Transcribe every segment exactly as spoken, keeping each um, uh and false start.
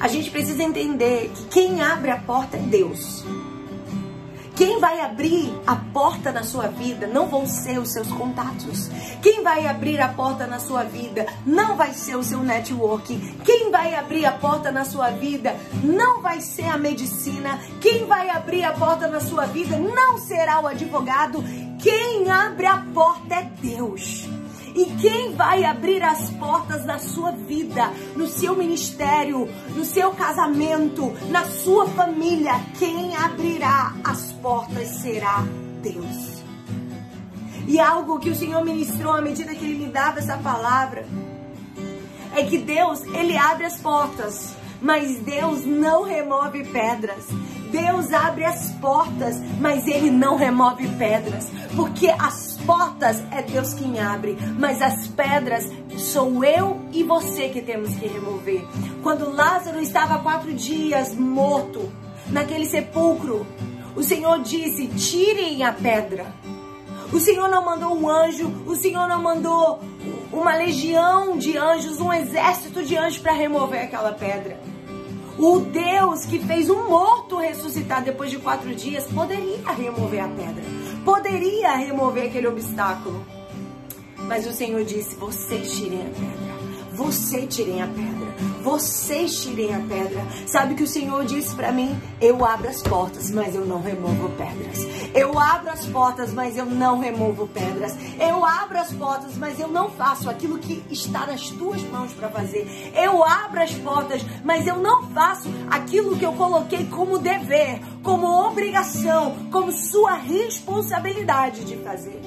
A gente precisa entender que quem abre a porta é Deus. Quem vai abrir a porta na sua vida não vão ser os seus contatos. Quem vai abrir a porta na sua vida não vai ser o seu network. Quem vai abrir a porta na sua vida não vai ser a medicina. Quem vai abrir a porta na sua vida não será o advogado. Quem abre a porta é Deus. E quem vai abrir as portas da sua vida, no seu ministério, no seu casamento, na sua família, quem abrirá as portas será Deus. E algo que o Senhor ministrou à medida que Ele me dava essa palavra, é que Deus, Ele abre as portas, mas Deus não remove pedras. Deus abre as portas, mas Ele não remove pedras. Porque as portas é Deus quem abre, mas as pedras sou eu e você que temos que remover. Quando Lázaro estava há quatro dias morto, naquele sepulcro, o Senhor disse, tirem a pedra. O Senhor não mandou um anjo, o Senhor não mandou uma legião de anjos, um exército de anjos para remover aquela pedra. O Deus que fez um morto ressuscitar depois de quatro dias poderia remover a pedra, poderia remover aquele obstáculo. Mas o Senhor disse, vocês tirem a pedra, vocês tirem a pedra, vocês tirem a pedra. Sabe o que o Senhor disse para mim? Eu abro as portas, mas eu não removo pedras. Eu abro as portas, mas eu não removo pedras. Eu abro as portas, mas eu não faço aquilo que está nas tuas mãos para fazer. Eu abro as portas, mas eu não faço aquilo que eu coloquei como dever, como obrigação, como sua responsabilidade de fazer.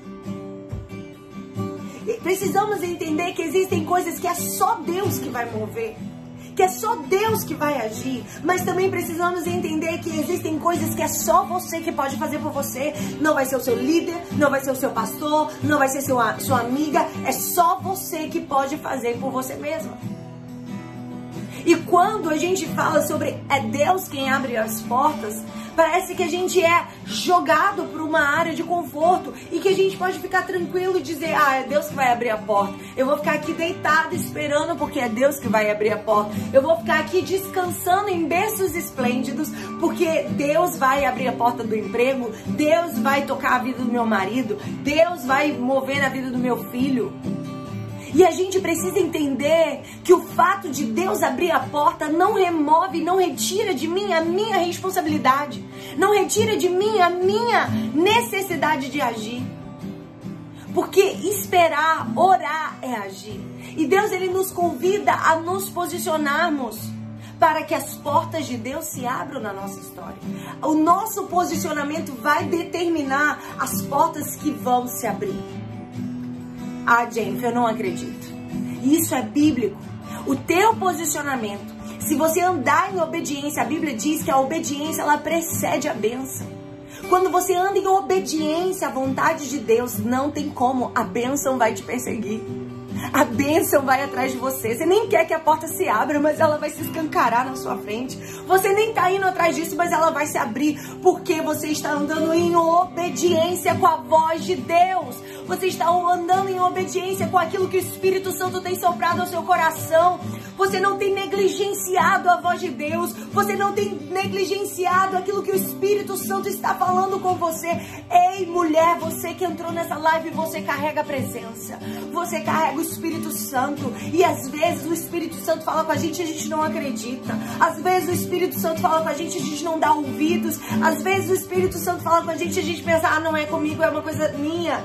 E precisamos entender que existem coisas que é só Deus que vai mover, que é só Deus que vai agir, mas também precisamos entender que existem coisas que é só você que pode fazer por você. Não vai ser o seu líder, não vai ser o seu pastor, não vai ser sua, sua amiga, é só você que pode fazer por você mesma. E quando a gente fala sobre é Deus quem abre as portas, parece que a gente é jogado para uma área de conforto e que a gente pode ficar tranquilo e dizer, ah, é Deus que vai abrir a porta. Eu vou ficar aqui deitado esperando porque é Deus que vai abrir a porta. Eu vou ficar aqui descansando em berços esplêndidos porque Deus vai abrir a porta do emprego, Deus vai tocar a vida do meu marido, Deus vai mover a vida do meu filho. E a gente precisa entender que o fato de Deus abrir a porta não remove, não retira de mim a minha responsabilidade. Não retira de mim a minha necessidade de agir. Porque esperar, orar é agir. E Deus, Ele nos convida a nos posicionarmos para que as portas de Deus se abram na nossa história. O nosso posicionamento vai determinar as portas que vão se abrir. Ah, Jennifer, eu não acredito. Isso é bíblico. O teu posicionamento, se você andar em obediência, a Bíblia diz que a obediência, ela precede a bênção. Quando você anda em obediência à vontade de Deus, não tem como, a bênção vai te perseguir. A bênção vai atrás de você. Você nem quer que a porta se abra, mas ela vai se escancarar na sua frente. Você nem está indo atrás disso, mas ela vai se abrir. Porque você está andando em obediência com a voz de Deus. Você está andando em obediência com aquilo que o Espírito Santo tem soprado ao seu coração. Você não tem negligenciado a voz de Deus. Você não tem negligenciado aquilo que o Espírito Santo está falando com você. Ei, mulher, você que entrou nessa live, você carrega a presença. Você carrega o Espírito Santo. E às vezes o Espírito Santo fala com a gente e a gente não acredita. Às vezes o Espírito Santo fala com a gente e a gente não dá ouvidos. Às vezes o Espírito Santo fala com a gente e a gente pensa, ah, não é comigo, é uma coisa minha.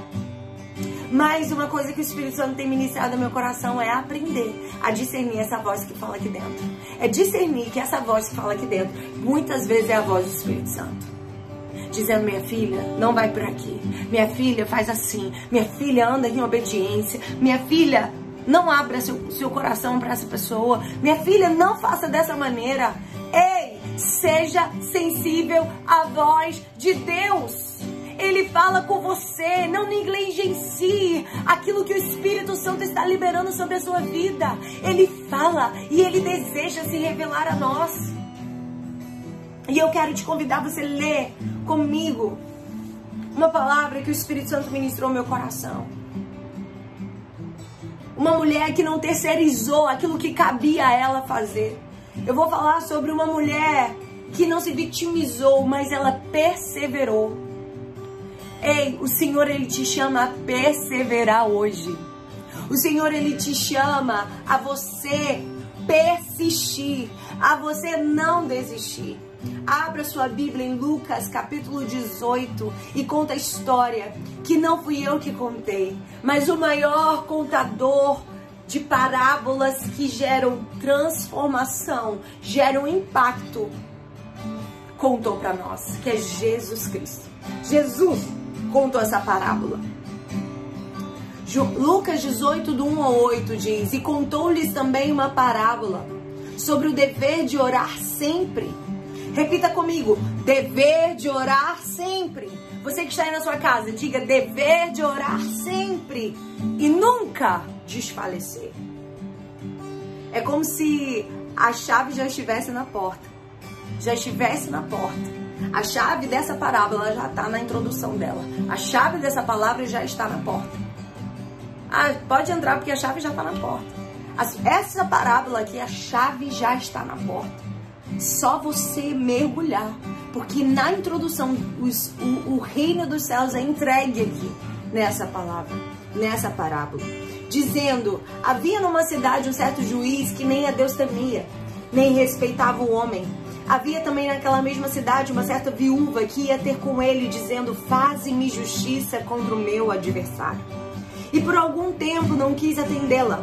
Mas uma coisa que o Espírito Santo tem ministrado no meu coração é aprender a discernir essa voz que fala aqui dentro. É discernir que essa voz que fala aqui dentro, muitas vezes é a voz do Espírito Santo. Dizendo, minha filha, não vai por aqui. Minha filha, faz assim. Minha filha, anda em obediência. Minha filha, não abra seu, seu coração para essa pessoa. Minha filha, não faça dessa maneira. Ei, seja sensível à voz de Deus. Ele fala com você, não negligencie aquilo que o Espírito Santo está liberando sobre a sua vida. Ele fala e Ele deseja se revelar a nós. E eu quero te convidar a você ler comigo uma palavra que o Espírito Santo ministrou no meu coração. Uma mulher que não terceirizou aquilo que cabia a ela fazer. Eu vou falar sobre uma mulher que não se vitimizou, mas ela perseverou. Ei, o Senhor, Ele te chama a perseverar hoje. O Senhor, Ele te chama a você persistir, a você não desistir. Abra sua Bíblia em Lucas capítulo dezoito e conta a história que não fui eu que contei, mas o maior contador de parábolas que geram transformação, geram impacto, contou para nós, que é Jesus Cristo. Jesus contou essa parábola. Lucas dezoito, do um ao oito diz: e contou-lhes também uma parábola sobre o dever de orar sempre. Repita comigo: dever de orar sempre. Você que está aí na sua casa, diga: dever de orar sempre e nunca desfalecer. É como se a chave já estivesse na porta. Já estivesse na porta. A chave dessa parábola já está na introdução dela. A chave dessa palavra já está na porta. Ah, pode entrar porque a chave já está na porta. Essa parábola aqui, a chave já está na porta. Só você mergulhar. Porque na introdução, os, o, o reino dos céus é entregue aqui nessa palavra, nessa parábola. Dizendo: havia numa cidade um certo juiz que nem a Deus temia, nem respeitava o homem. Havia também naquela mesma cidade uma certa viúva que ia ter com ele, dizendo: faze-me justiça contra o meu adversário. E por algum tempo não quis atendê-la.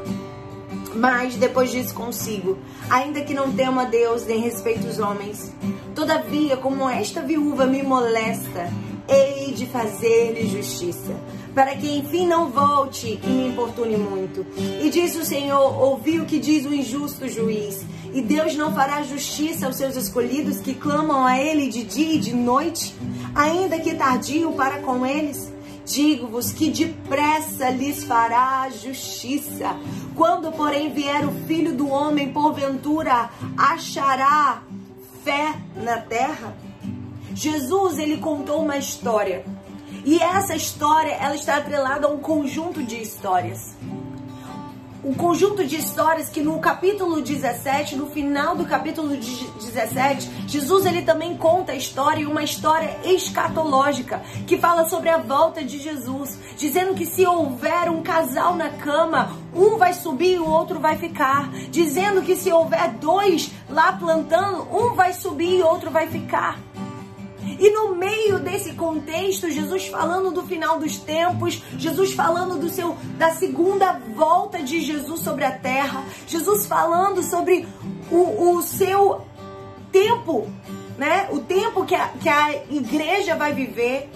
Mas depois disse consigo: ainda que não tema a Deus nem respeite os homens, todavia, como esta viúva me molesta, hei de fazer-lhe justiça, para que enfim não volte e me importune muito. E disse o Senhor: ouvi o que diz o injusto juiz, e Deus não fará justiça aos seus escolhidos que clamam a Ele de dia e de noite, ainda que tardio para com eles? Digo-vos que depressa lhes fará justiça. Quando, porém, vier o Filho do Homem, porventura achará fé na terra? Jesus, ele contou uma história. E essa história, ela está atrelada a um conjunto de histórias. Um conjunto de histórias que no capítulo dezessete, no final do capítulo dezessete, Jesus ele também conta a história, uma história escatológica, que fala sobre a volta de Jesus, dizendo que se houver um casal na cama, um vai subir e o outro vai ficar. Dizendo que se houver dois lá plantando, um vai subir e o outro vai ficar. E no meio desse contexto, Jesus falando do final dos tempos, Jesus falando do seu, da segunda volta de Jesus sobre a terra, Jesus falando sobre o, o seu tempo, né? O tempo que a, que a igreja vai viver,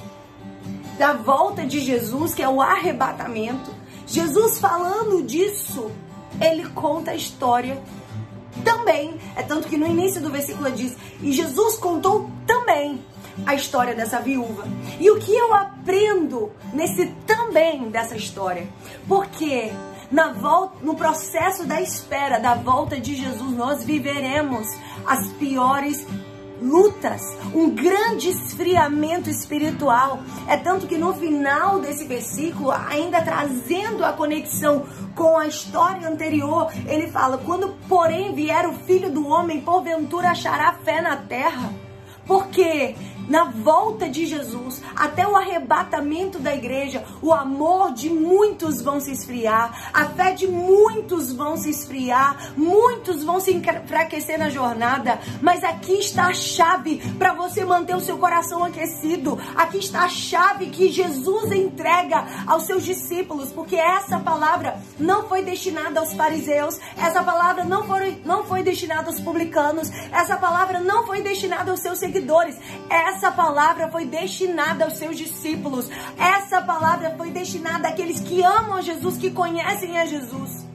da volta de Jesus, que é o arrebatamento. Jesus falando disso, ele conta a história também. É tanto que no início do versículo diz: e Jesus contou também a história dessa viúva. E o que eu aprendo nesse também dessa história? Porque na volta, no processo da espera da volta de Jesus, nós viveremos as piores lutas, um grande esfriamento espiritual. É tanto que no final desse versículo, ainda trazendo a conexão com a história anterior, ele fala: quando porém vier o Filho do Homem, porventura achará fé na terra? Porque na volta de Jesus, até o arrebatamento da igreja, o amor de muitos vão se esfriar, a fé de muitos vão se esfriar, muitos vão se enfraquecer na jornada. Mas aqui está a chave para você manter o seu coração aquecido. Aqui está a chave que Jesus entrega aos seus discípulos, porque essa palavra não foi destinada aos fariseus, essa palavra não foi, não foi destinada aos publicanos, essa palavra não foi destinada aos seus seguidores, essa Essa palavra foi destinada aos seus discípulos. Essa palavra foi destinada àqueles que amam a Jesus, que conhecem a Jesus.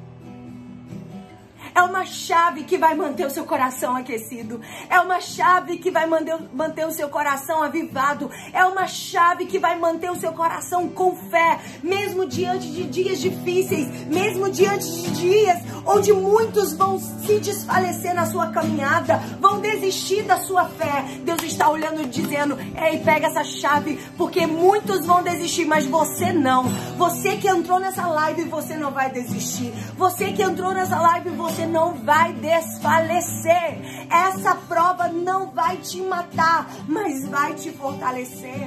É uma chave que vai manter o seu coração aquecido. É uma chave que vai manter, manter o seu coração avivado. É uma chave que vai manter o seu coração com fé. Mesmo diante de dias difíceis. Mesmo diante de dias onde muitos vão se desfalecer na sua caminhada. Vão desistir da sua fé. Deus está olhando e dizendo: ei, pega essa chave. Porque muitos vão desistir, mas você não. Você que entrou nessa live, você não vai desistir. Você que entrou nessa live, você você não vai desfalecer. Essa prova não vai te matar, mas vai te fortalecer.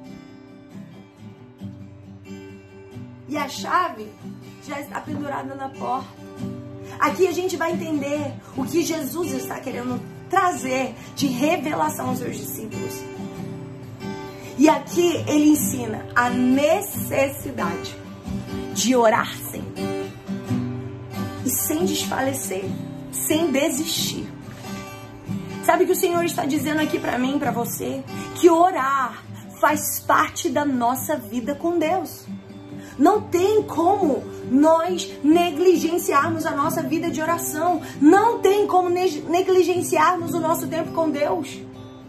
E a chave já está pendurada na porta. Aqui a gente vai entender o que Jesus está querendo trazer de revelação aos seus discípulos. E aqui ele ensina a necessidade de orar sempre. E sem desfalecer, sem desistir. Sabe o que o Senhor está dizendo aqui para mim, para você? Que orar faz parte da nossa vida com Deus. Não tem como nós negligenciarmos a nossa vida de oração. Não tem como negligenciarmos o nosso tempo com Deus.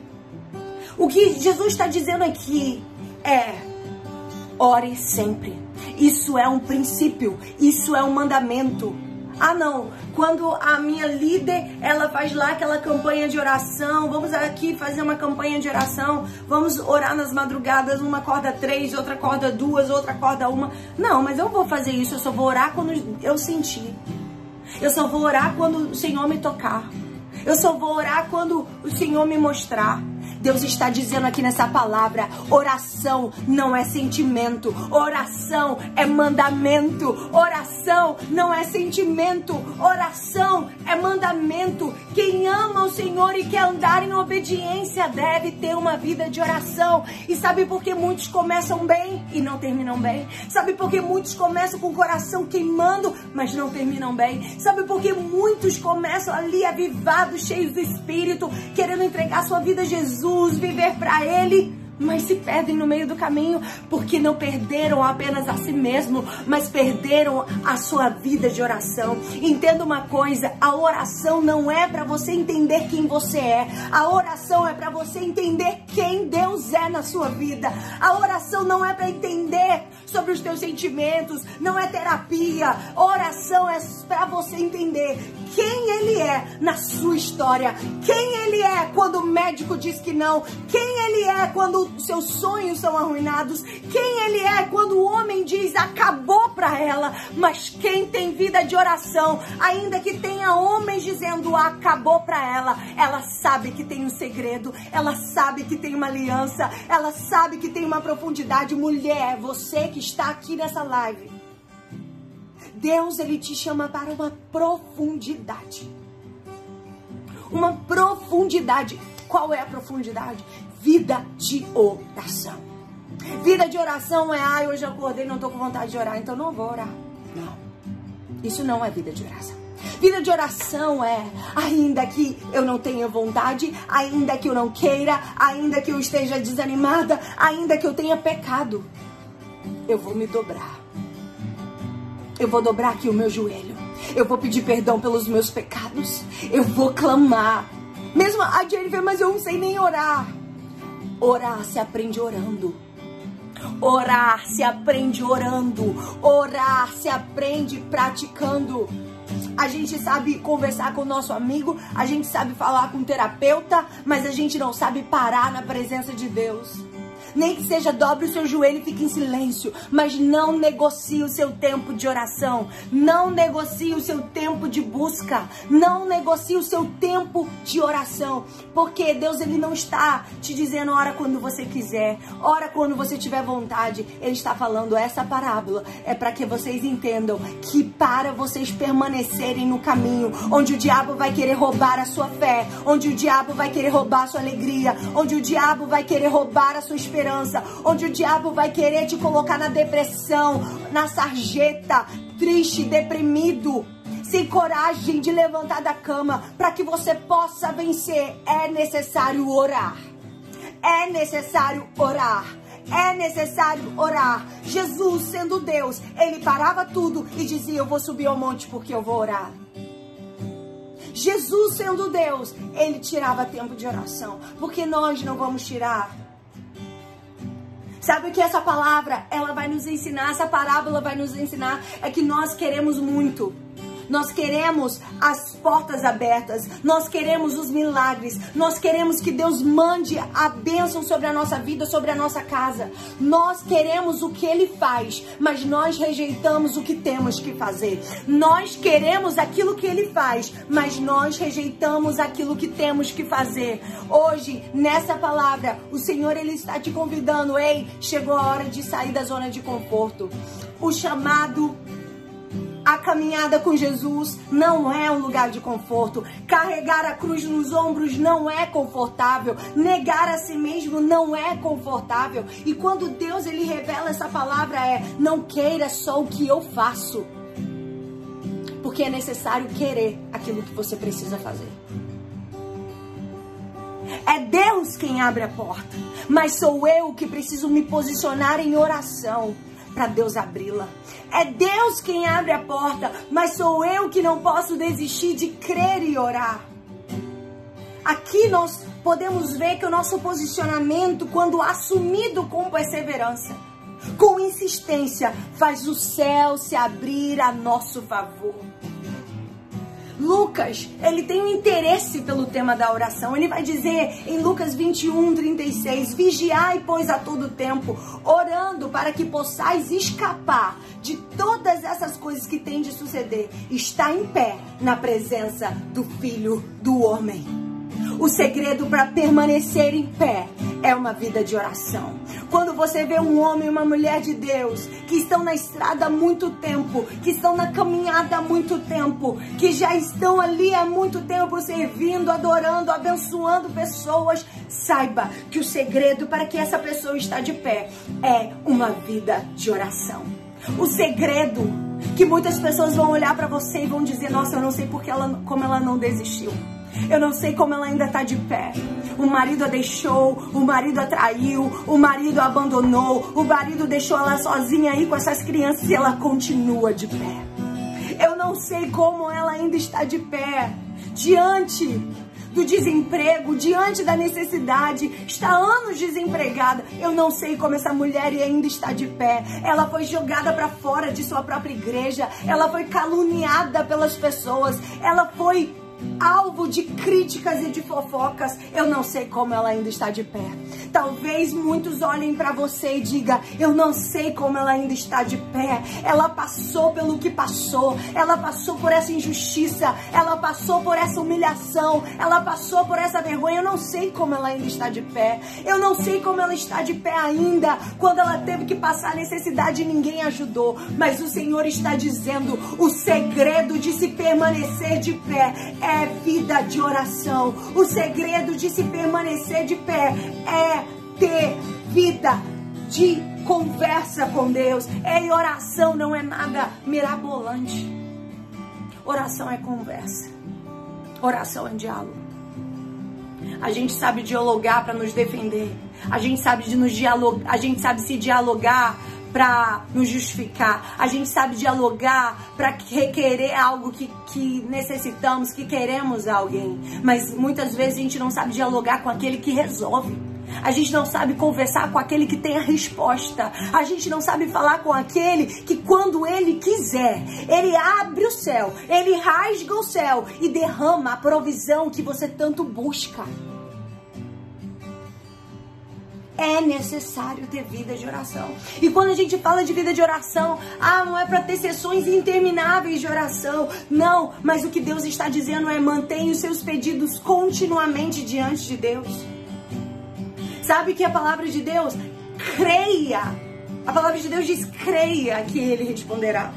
O que Jesus está dizendo aqui é: ore sempre. Isso é um princípio, isso é um mandamento. Ah não, quando a minha líder, ela faz lá aquela campanha de oração, vamos aqui fazer uma campanha de oração, vamos orar nas madrugadas, uma acorda três, outra acorda duas, outra acorda uma. Não, mas eu vou fazer isso, eu só vou orar quando eu sentir. Eu só vou orar quando o Senhor me tocar. Eu só vou orar quando o Senhor me mostrar. Deus está dizendo aqui nessa palavra: oração não é sentimento, oração é mandamento, oração não é sentimento, oração é mandamento. Quem ama o Senhor e quer andar em obediência deve ter uma vida de oração. E sabe por que muitos começam bem e não terminam bem? Sabe por que muitos começam com o coração queimando, mas não terminam bem? Sabe por que muitos começam ali avivados, cheios do Espírito, querendo entregar sua vida a Jesus, viver para Ele, mas se perdem no meio do caminho, porque não perderam apenas a si mesmo, mas perderam a sua vida de oração. Entenda uma coisa: a oração não é para você entender quem você é, a oração é para você entender quem Deus é na sua vida. A oração não é para entender sobre os teus sentimentos, não é terapia. A oração é para você entender quem Ele é na sua história, quem Ele é quando o médico diz que não, quem Ele é quando seus sonhos são arruinados, quem Ele é quando o homem diz acabou para ela. Mas quem tem vida de oração, ainda que tenha homens dizendo acabou para ela, ela sabe que tem um segredo, ela sabe que tem uma aliança, ela sabe que tem uma profundidade. Mulher, você que está aqui nessa live, Deus, Ele te chama para uma profundidade. Uma profundidade. Qual é a profundidade? Vida de oração. Vida de oração é: ah, hoje eu acordei e não estou com vontade de orar, então não vou orar. Não. Isso não é vida de oração. Vida de oração é: ainda que eu não tenha vontade, ainda que eu não queira, ainda que eu esteja desanimada, ainda que eu tenha pecado, eu vou me dobrar. Eu vou dobrar aqui o meu joelho. Eu vou pedir perdão pelos meus pecados. Eu vou clamar. Mesmo a Jennifer, mas eu não sei nem orar. Orar se aprende orando. Orar se aprende orando. Orar se aprende praticando. A gente sabe conversar com o nosso amigo, a gente sabe falar com o terapeuta, mas a gente não sabe parar na presença de Deus. Nem que seja, dobre o seu joelho e fique em silêncio, mas não negocie o seu tempo de oração, não negocie o seu tempo de busca, não negocie o seu tempo de oração, porque Deus, Ele não está te dizendo ora quando você quiser, ora quando você tiver vontade. Ele está falando: essa parábola é para que vocês entendam que para vocês permanecerem no caminho, onde o diabo vai querer roubar a sua fé, onde o diabo vai querer roubar a sua alegria, onde o diabo vai querer roubar a sua esperança, onde o diabo vai querer te colocar na depressão, na sarjeta, triste, deprimido, sem coragem de levantar da cama, para que você possa vencer, é necessário orar. É necessário orar. É necessário orar. Jesus, sendo Deus, Ele parava tudo e dizia: eu vou subir ao monte porque eu vou orar. Jesus, sendo Deus, Ele tirava tempo de oração, porque nós não vamos tirar. Sabe o que essa palavra, ela vai nos ensinar, essa parábola vai nos ensinar? É que nós queremos muito. nós queremos as portas abertas, nós queremos os milagres, nós queremos que Deus mande a bênção sobre a nossa vida, sobre a nossa casa. Nós queremos o que Ele faz, mas nós rejeitamos o que temos que fazer. Nós queremos aquilo que Ele faz, mas nós rejeitamos aquilo que temos que fazer. Hoje, nessa palavra, o Senhor, Ele está te convidando. Ei, chegou a hora de sair da zona de conforto. O chamado, a caminhada com Jesus não é um lugar de conforto. Carregar a cruz nos ombros não é confortável. Negar a si mesmo não é confortável. E quando Deus, Ele revela essa palavra, é: não queira só o que eu faço. Porque é necessário querer aquilo que você precisa fazer. É Deus quem abre a porta, mas sou eu que preciso me posicionar em oração para Deus abri-la. É Deus quem abre a porta, mas sou eu que não posso desistir de crer e orar. Aqui nós podemos ver que o nosso posicionamento, quando assumido com perseverança, com insistência, faz o céu se abrir a nosso favor. Lucas, ele tem um interesse pelo tema da oração. Ele vai dizer em Lucas vinte e um, trinta e seis, vigiai, pois, a todo tempo, orando para que possais escapar de todas essas coisas que têm de suceder. Está em pé na presença do Filho do Homem. O segredo para permanecer em pé é uma vida de oração. Quando você vê um homem e uma mulher de Deus que estão na estrada há muito tempo, que estão na caminhada há muito tempo, que já estão ali há muito tempo servindo, adorando, abençoando pessoas, saiba que o segredo para que essa pessoa está de pé é uma vida de oração. O segredo que muitas pessoas vão olhar para você e vão dizer: nossa, eu não sei porque ela, como ela não desistiu. Eu não sei como ela ainda está de pé. O marido a deixou, o marido a traiu, o marido a abandonou, o marido deixou ela sozinha aí com essas crianças e ela continua de pé. Eu não sei como ela ainda está de pé diante do desemprego, diante da necessidade, está anos desempregada. Eu não sei como essa mulher ainda está de pé. Ela foi jogada para fora de sua própria igreja, ela foi caluniada pelas pessoas, ela foi alvo de críticas e de fofocas. Eu não sei como ela ainda está de pé. Talvez muitos olhem para você e digam: eu não sei como ela ainda está de pé. Ela passou pelo que passou, ela passou por essa injustiça, ela passou por essa humilhação, ela passou por essa vergonha. Eu não sei como ela ainda está de pé. Eu não sei como ela está de pé ainda quando ela teve que passar necessidade e ninguém ajudou. Mas o Senhor está dizendo: o segredo de se permanecer de pé é vida de oração. O segredo de se permanecer de pé é ter vida de conversa com Deus. E oração não é nada mirabolante. Oração é conversa. Oração é diálogo. A gente sabe dialogar para nos defender. A gente sabe de nos dialogar, a gente sabe se dialogar para nos justificar. A gente sabe dialogar para requerer algo que, que necessitamos, que queremos a alguém. Mas muitas vezes a gente não sabe dialogar com aquele que resolve. A gente não sabe conversar com aquele que tem a resposta. A gente não sabe falar com aquele que, quando ele quiser, ele abre o céu, ele rasga o céu e derrama a provisão que você tanto busca. É necessário ter vida de oração. E quando a gente fala de vida de oração, ah, não é para ter sessões intermináveis de oração. Não, mas o que Deus está dizendo é: mantenha os seus pedidos continuamente diante de Deus. Sabe que a palavra de Deus, creia. A palavra de Deus diz: creia que Ele responderá.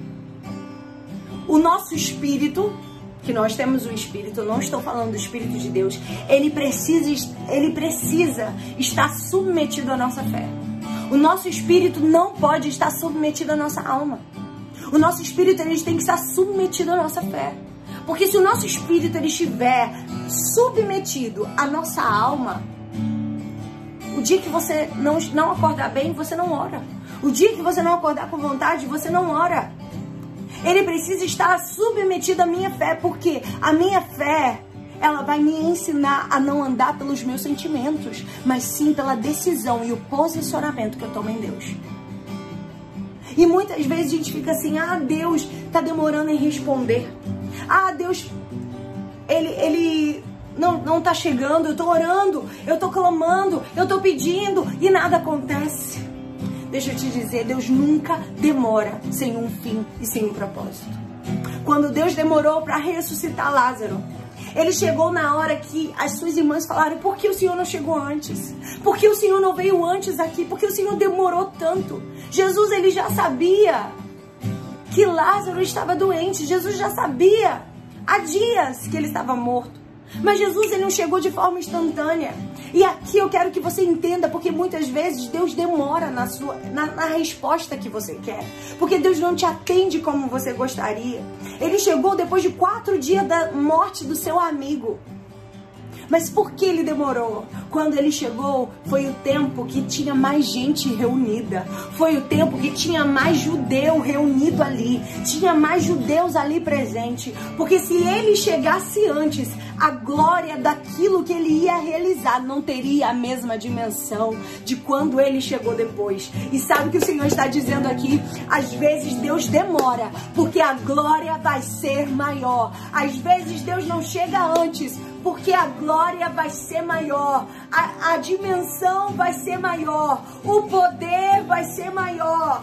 O nosso espírito, que nós temos o Espírito, eu não estou falando do Espírito de Deus, ele precisa, ele precisa estar submetido à nossa fé. O nosso Espírito não pode estar submetido à nossa alma. O nosso Espírito, ele tem que estar submetido à nossa fé. Porque se o nosso Espírito ele estiver submetido à nossa alma, o dia que você não, não acordar bem, você não ora. O dia que você não acordar com vontade, você não ora. Ele precisa estar submetido à minha fé, porque a minha fé, ela vai me ensinar a não andar pelos meus sentimentos, mas sim pela decisão e o posicionamento que eu tomo em Deus. E muitas vezes a gente fica assim, ah, Deus tá demorando em responder. Ah, Deus, ele, ele não, não tá chegando, eu tô orando, eu tô clamando, eu tô pedindo e nada acontece. Deixa eu te dizer, Deus nunca demora sem um fim e sem um propósito. Quando Deus demorou para ressuscitar Lázaro, ele chegou na hora que as suas irmãs falaram, por que o Senhor não chegou antes? Por que o Senhor não veio antes aqui? Por que o Senhor demorou tanto? Jesus, ele já sabia que Lázaro estava doente. Jesus já sabia há dias que ele estava morto. Mas Jesus, ele não chegou de forma instantânea. E aqui eu quero que você entenda, porque muitas vezes Deus demora na, sua, na, na resposta que você quer. Porque Deus não te atende como você gostaria. Ele chegou depois de quatro dias da morte do seu amigo. Mas por que ele demorou? Quando ele chegou, foi o tempo que tinha mais gente reunida. Foi o tempo que tinha mais judeu reunido ali. Tinha mais judeus ali presente. Porque se ele chegasse antes, a glória daquilo que ele ia realizar não teria a mesma dimensão de quando ele chegou depois. E sabe o que o Senhor está dizendo aqui? Às vezes Deus demora, porque a glória vai ser maior. Às vezes Deus não chega antes, porque a glória vai ser maior, a, a dimensão vai ser maior, o poder vai ser maior.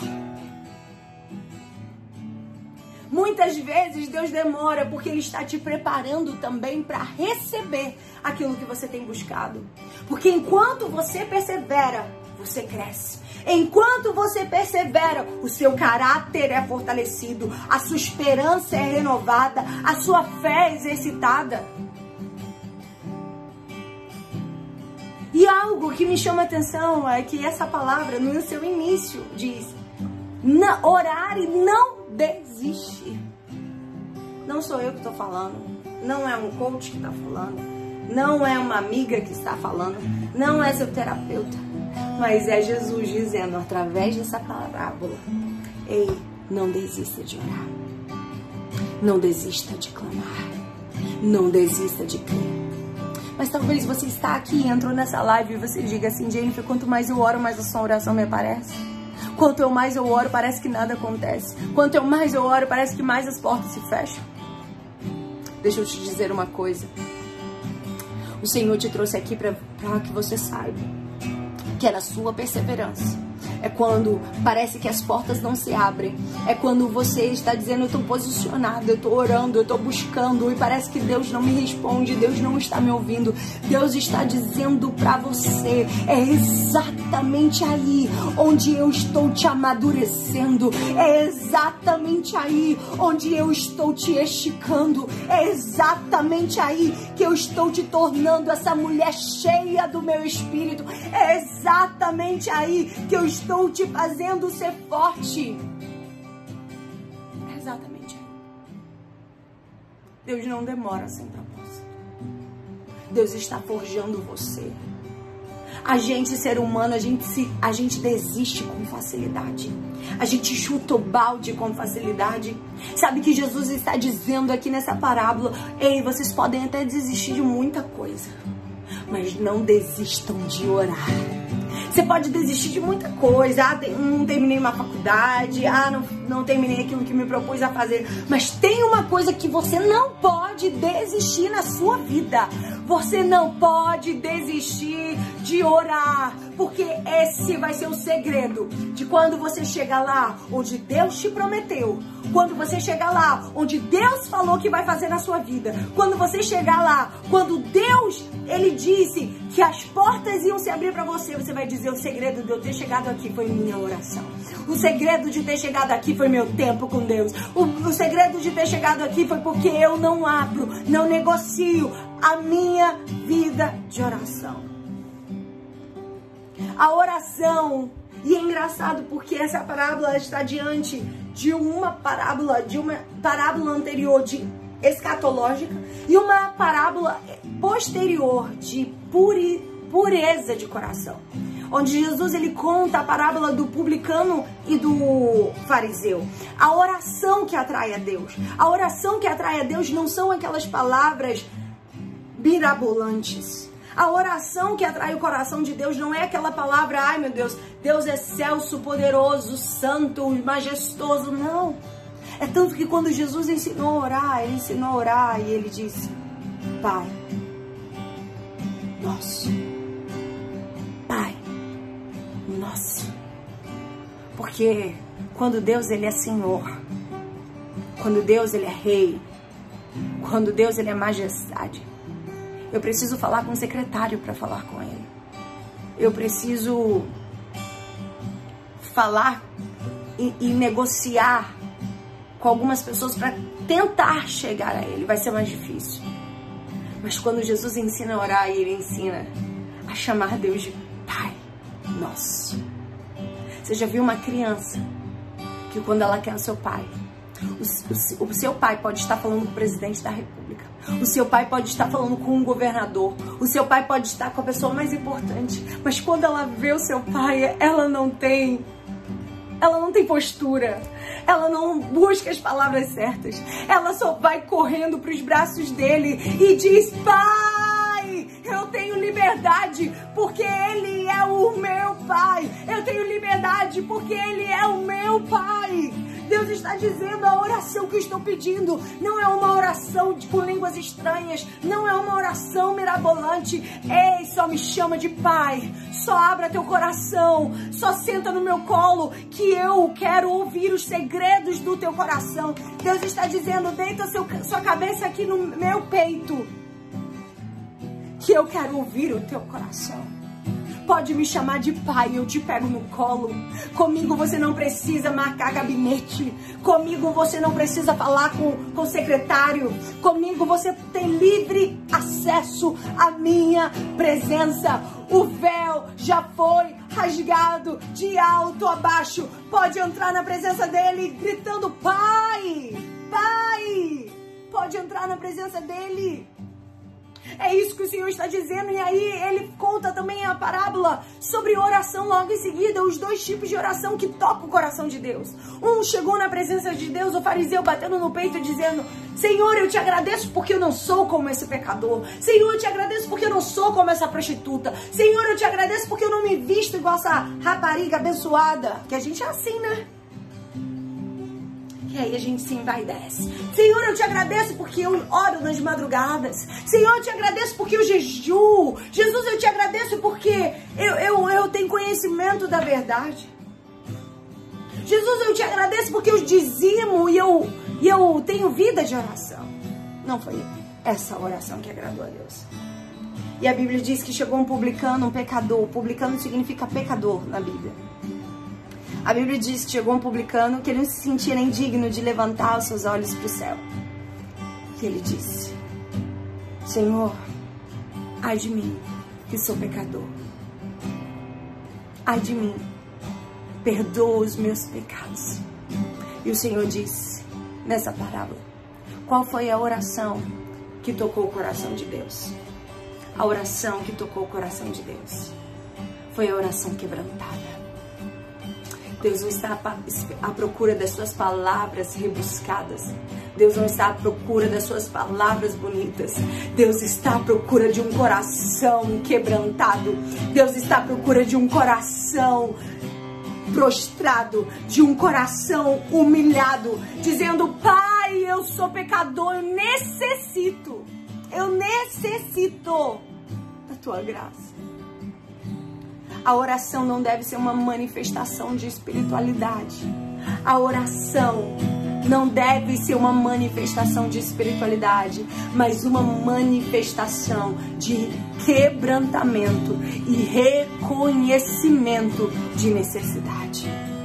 Muitas vezes Deus demora porque Ele está te preparando também para receber aquilo que você tem buscado. Porque enquanto você persevera, você cresce. Enquanto você persevera, o seu caráter é fortalecido, a sua esperança é renovada, a sua fé é exercitada. E algo que me chama a atenção é que essa palavra, no seu início, diz orar e não desistir. Não sou eu que estou falando, não é um coach que está falando, não é uma amiga que está falando, não é seu terapeuta, mas é Jesus dizendo através dessa parábola: ei, não desista de orar, não desista de clamar, não desista de crer. Mas talvez você está aqui e entrou nessa live e você diga assim: Jennifer, quanto mais eu oro, mais a sua oração me aparece. Quanto eu mais eu oro, parece que nada acontece. Quanto eu mais eu oro, parece que mais as portas se fecham. Deixa eu te dizer uma coisa. O Senhor te trouxe aqui para que você saiba que é na sua perseverança. É quando parece que as portas não se abrem. É quando você está dizendo: eu estou posicionado, eu estou orando, eu estou buscando, e parece que Deus não me responde, Deus não está me ouvindo. Deus está dizendo para você: é exatamente aí onde eu estou te amadurecendo. É exatamente aí onde eu estou te esticando. É exatamente aí que eu estou te tornando essa mulher cheia do meu espírito. É exatamente aí que eu estou Estou te fazendo ser forte. É exatamente aí. Deus não demora sem propósito. Deus está forjando você. A gente, ser humano, a gente, se, a gente desiste com facilidade. A gente chuta o balde com facilidade. Sabe que Jesus está dizendo aqui nessa parábola: ei, vocês podem até desistir de muita coisa, mas não desistam de orar. Você pode desistir de muita coisa. Ah, não terminei uma faculdade. Ah, não, não terminei aquilo que me propus a fazer. Mas tem uma coisa que você não pode desistir na sua vida. Você não pode desistir de orar. Porque esse vai ser o segredo de quando você chegar lá onde Deus te prometeu. Quando você chegar lá onde Deus falou que vai fazer na sua vida. Quando você chegar lá, quando Deus, Ele disse que as portas iam se abrir para você, você vai dizer: o segredo de eu ter chegado aqui foi minha oração. O segredo de ter chegado aqui foi meu tempo com Deus. O, o segredo de ter chegado aqui foi porque eu não abro, não negocio a minha vida de oração. A oração, e é engraçado porque essa parábola está diante de uma parábola, de uma parábola anterior de escatológica e uma parábola posterior de puri, pureza de coração, onde Jesus ele conta a parábola do publicano e do fariseu. A oração que atrai a Deus, a oração que atrai a Deus não são aquelas palavras mirabolantes. A oração que atrai o coração de Deus não é aquela palavra, ai meu Deus, Deus é excelso, poderoso, santo, majestoso, não. É tanto que quando Jesus ensinou a orar, ele ensinou a orar e ele disse, Pai nosso, Pai nosso. Porque quando Deus ele é Senhor, quando Deus ele é Rei, quando Deus ele é majestade, eu preciso falar com o secretário para falar com ele. Eu preciso falar e, e negociar com algumas pessoas para tentar chegar a ele. Vai ser mais difícil. Mas quando Jesus ensina a orar, ele ensina a chamar Deus de Pai Nosso. Você já viu uma criança que quando ela quer o seu pai, o, o, o seu pai pode estar falando com o presidente da república, o seu pai pode estar falando com um governador, o seu pai pode estar com a pessoa mais importante, mas quando ela vê o seu pai, ela não tem, ela não tem postura, ela não busca as palavras certas, ela só vai correndo para os braços dele e diz, Pai, eu tenho liberdade porque ele é o meu pai, eu tenho liberdade porque ele é o meu pai. Deus está dizendo, a oração que eu estou pedindo não é uma oração com línguas estranhas, não é uma oração mirabolante. Ei, só me chama de pai, só abra teu coração, só senta no meu colo que eu quero ouvir os segredos do teu coração. Deus está dizendo, deita seu, sua cabeça aqui no meu peito, que eu quero ouvir o teu coração. Pode me chamar de pai, eu te pego no colo. Comigo você não precisa marcar gabinete. Comigo você não precisa falar com, com o secretário. Comigo você tem livre acesso à minha presença. O véu já foi rasgado de alto a baixo. Pode entrar na presença dele gritando, Pai, Pai. Pode entrar na presença dele. É isso que o Senhor está dizendo. E aí ele conta também a parábola sobre oração logo em seguida. Os dois tipos de oração que tocam o coração de Deus. Um chegou na presença de Deus, o fariseu batendo no peito dizendo, Senhor, eu te agradeço porque eu não sou como esse pecador. Senhor, eu te agradeço porque eu não sou como essa prostituta. Senhor, eu te agradeço porque eu não me visto igual essa rapariga abençoada. Que a gente é assim, né? E aí a gente se envaidece. Senhor, eu te agradeço porque eu oro nas madrugadas. Senhor, eu te agradeço porque eu jejuo. Jesus, eu te agradeço porque eu, eu, eu tenho conhecimento da verdade. Jesus, eu te agradeço porque eu dizimo e eu, e eu tenho vida de oração. Não foi essa oração que agradou a Deus. E a Bíblia diz que chegou um publicano, um pecador. Publicano significa pecador na Bíblia. A Bíblia diz que chegou um publicano que ele não se sentia nem digno de levantar os seus olhos para o céu. E ele disse, Senhor, ai de mim, que sou pecador. Ai de mim, perdoa os meus pecados. E o Senhor disse, nessa parábola, qual foi a oração que tocou o coração de Deus? A oração que tocou o coração de Deus foi a oração quebrantada. Deus não está à procura das suas palavras rebuscadas. Deus não está à procura das suas palavras bonitas. Deus está à procura de um coração quebrantado. Deus está à procura de um coração prostrado, de um coração humilhado, dizendo, Pai, eu sou pecador, eu necessito, eu necessito da tua graça. A oração não deve ser uma manifestação de espiritualidade. A oração não deve ser uma manifestação de espiritualidade, mas uma manifestação de quebrantamento e reconhecimento de necessidade.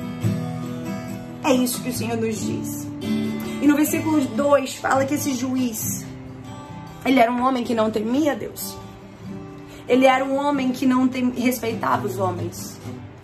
É isso que o Senhor nos diz. E no versículo dois fala que esse juiz, ele era um homem que não temia Deus. Ele era um homem que não tem, respeitava os homens.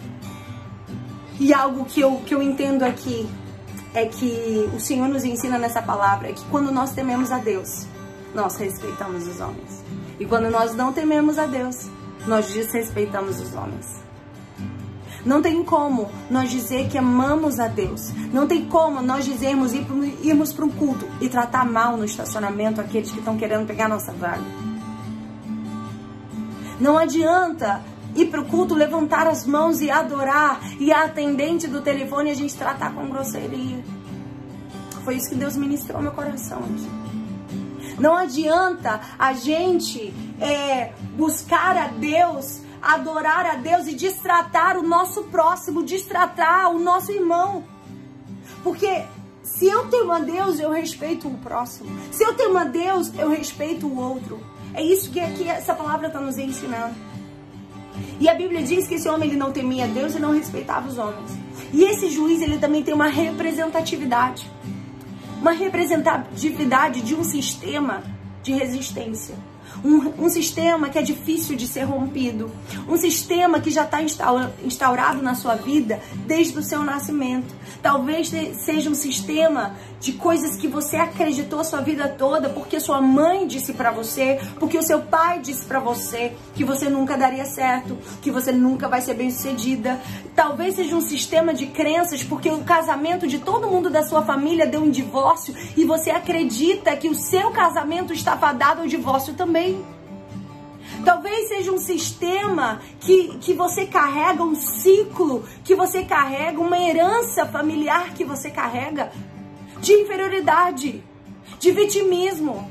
E algo que eu, que eu entendo aqui é que o Senhor nos ensina nessa palavra é que quando nós tememos a Deus, nós respeitamos os homens. E quando nós não tememos a Deus, nós desrespeitamos os homens. Não tem como nós dizer que amamos a Deus. Não tem como nós dizermos ir, irmos para um culto e tratar mal no estacionamento aqueles que estão querendo pegar nossa vaga. Não adianta ir pro culto, levantar as mãos e adorar, e a atendente do telefone a gente tratar com grosseria. Foi isso que Deus ministrou no meu coração aqui. Não adianta a gente é, buscar a Deus, adorar a Deus e destratar o nosso próximo, destratar o nosso irmão. Porque se eu temo a Deus, eu respeito o próximo. Se eu temo a Deus, eu respeito o outro. É isso que aqui essa palavra está nos ensinando. E a Bíblia diz que esse homem ele não temia Deus e não respeitava os homens. E esse juiz ele também tem uma representatividade. Uma representatividade de um sistema de resistência. Um, um sistema que é difícil de ser rompido. Um sistema que já está instaurado na sua vida desde o seu nascimento. Talvez seja um sistema de coisas que você acreditou a sua vida toda, porque sua mãe disse pra você, porque o seu pai disse pra você que você nunca daria certo, que você nunca vai ser bem-sucedida. Talvez seja um sistema de crenças, porque o casamento de todo mundo da sua família deu um divórcio e você acredita que o seu casamento está fadado ao divórcio também. Talvez seja um sistema que, que você carrega, um ciclo que você carrega, uma herança familiar que você carrega de inferioridade, de vitimismo.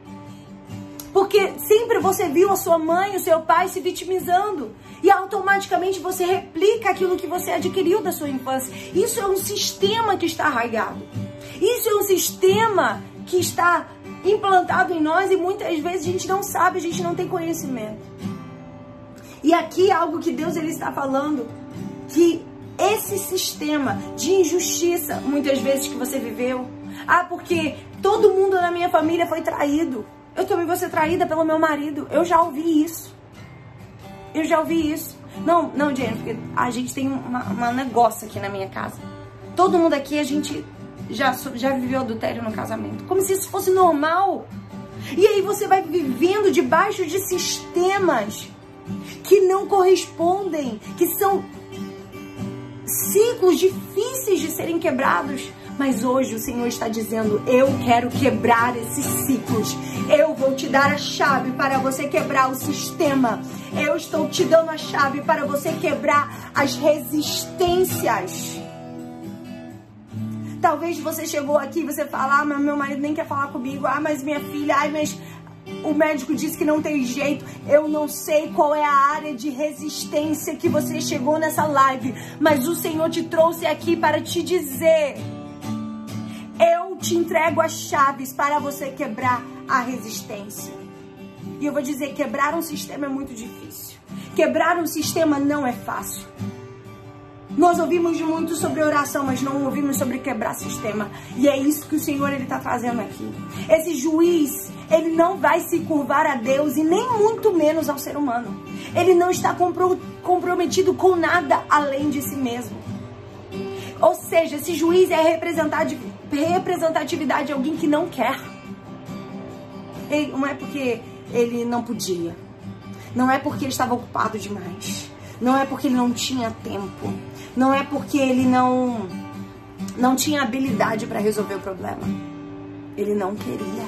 Porque sempre você viu a sua mãe, o seu pai se vitimizando e automaticamente você replica aquilo que você adquiriu da sua infância. Isso é um sistema que está arraigado. Isso é um sistema que está implantado em nós e muitas vezes a gente não sabe, a gente não tem conhecimento. E aqui algo que Deus ele está falando, que esse sistema de injustiça, muitas vezes que você viveu, ah, porque todo mundo na minha família foi traído, eu também vou ser traída pelo meu marido, eu já ouvi isso, eu já ouvi isso. Não, não, Jennifer, porque a gente tem um negócio aqui na minha casa, todo mundo aqui, a gente Já, já viveu adultério no casamento. Como se isso fosse normal. E aí você vai vivendo debaixo de sistemas que não correspondem, que são ciclos difíceis de serem quebrados. Mas hoje o Senhor está dizendo, eu quero quebrar esses ciclos. Eu vou te dar a chave para você quebrar o sistema. Eu estou te dando a chave para você quebrar as resistências. Talvez você chegou aqui e você fala, ah, mas meu marido nem quer falar comigo. Ah, mas minha filha, ai, mas o médico disse que não tem jeito. Eu não sei qual é a área de resistência que você chegou nessa live, mas o Senhor te trouxe aqui para te dizer, eu te entrego as chaves para você quebrar a resistência. E eu vou dizer, quebrar um sistema é muito difícil. Quebrar um sistema não é fácil. Nós ouvimos muito sobre oração, mas não ouvimos sobre quebrar sistema. E é isso que o Senhor ele está fazendo aqui. Esse juiz, ele não vai se curvar a Deus e nem muito menos ao ser humano. Ele não está compro comprometido com nada além de si mesmo. Ou seja, esse juiz é a representatividade de alguém que não quer. Ele, não é porque ele não podia. Não é porque ele estava ocupado demais. Não é porque ele não tinha tempo. Não é porque ele não, não tinha habilidade para resolver o problema. Ele não queria.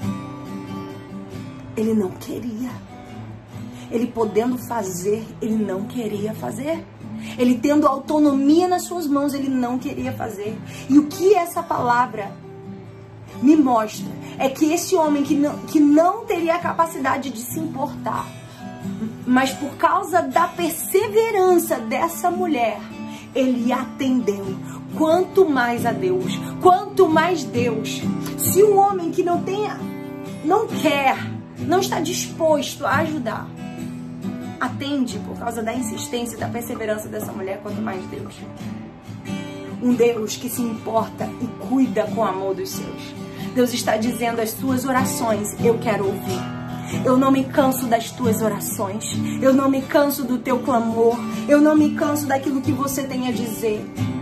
Ele não queria. Ele podendo fazer, ele não queria fazer. Ele tendo autonomia nas suas mãos, ele não queria fazer. E o que essa palavra me mostra é que esse homem que não, que não teria a capacidade de se importar, mas por causa da perseverança dessa mulher, ele atendeu. Quanto mais a Deus, quanto mais Deus. Se o homem que não tenha, não quer, não está disposto a ajudar, atende por causa da insistência e da perseverança dessa mulher, quanto mais Deus. Um Deus que se importa e cuida com o amor dos seus. Deus está dizendo, as tuas orações eu quero ouvir. Eu não me canso das tuas orações. Eu não me canso do teu clamor. Eu não me canso daquilo que você tem a dizer.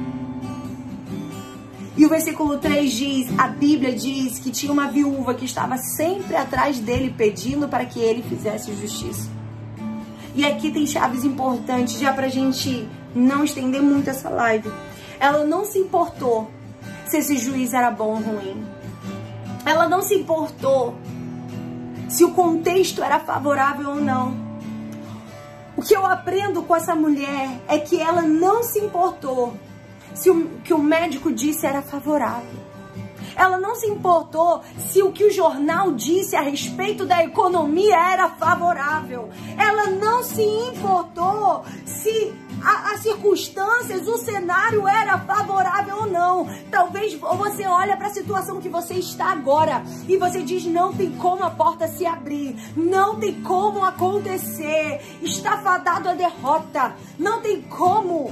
E o versículo três diz, a Bíblia diz que tinha uma viúva que estava sempre atrás dele pedindo para que ele fizesse justiça. E aqui tem chaves importantes já pra gente não estender muito essa live. Ela não se importou se esse juiz era bom ou ruim. Ela não se importou se o contexto era favorável ou não. que eu aprendo com essa mulher é que ela não se importou se o que o médico disse era favorável. Ela não se importou se o que o jornal disse a respeito da economia era favorável. Ela não se importou se a, as circunstâncias, o cenário era favorável ou não. Talvez você olha para a situação que você está agora e você diz, não tem como a porta se abrir, não tem como acontecer, está fadado à derrota, não tem como.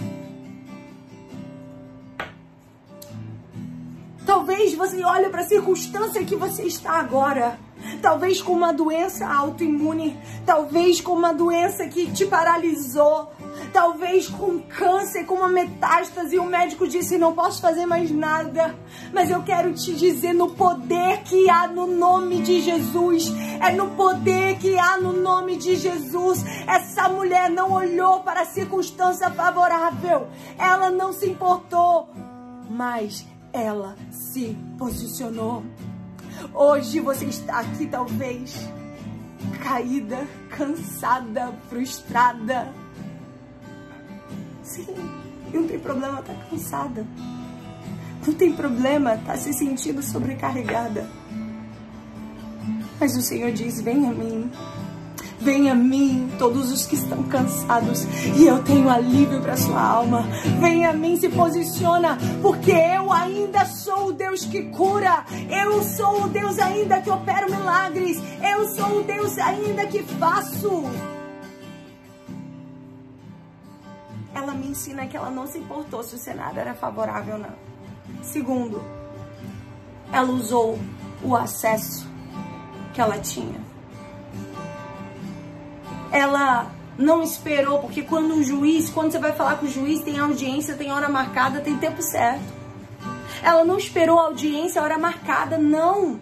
Talvez você olhe para a circunstância que você está agora. Talvez com uma doença autoimune. Talvez com uma doença que te paralisou. Talvez com câncer, com uma metástase. E o médico disse, não posso fazer mais nada. Mas eu quero te dizer no poder que há no nome de Jesus. É no poder que há no nome de Jesus. Essa mulher não olhou para a circunstância favorável. Ela não se importou. Mas ela se posicionou. Hoje você está aqui talvez caída, cansada, frustrada. Sim, não tem problema estar cansada. Não tem problema estar se sentindo sobrecarregada. Mas o Senhor diz, vem a mim. Venha a mim, todos os que estão cansados, e eu tenho alívio para sua alma. Venha a mim, se posiciona, porque eu ainda sou o Deus que cura. Eu sou o Deus ainda que opera milagres. Eu sou o Deus ainda que faço. Ela me ensina que ela não se importou se o cenário era favorável ou não. Segundo, ela usou o acesso que ela tinha. Ela não esperou, porque quando o juiz, quando você vai falar com o juiz, tem audiência, tem hora marcada, tem tempo certo. Ela não esperou a audiência, a hora marcada, não.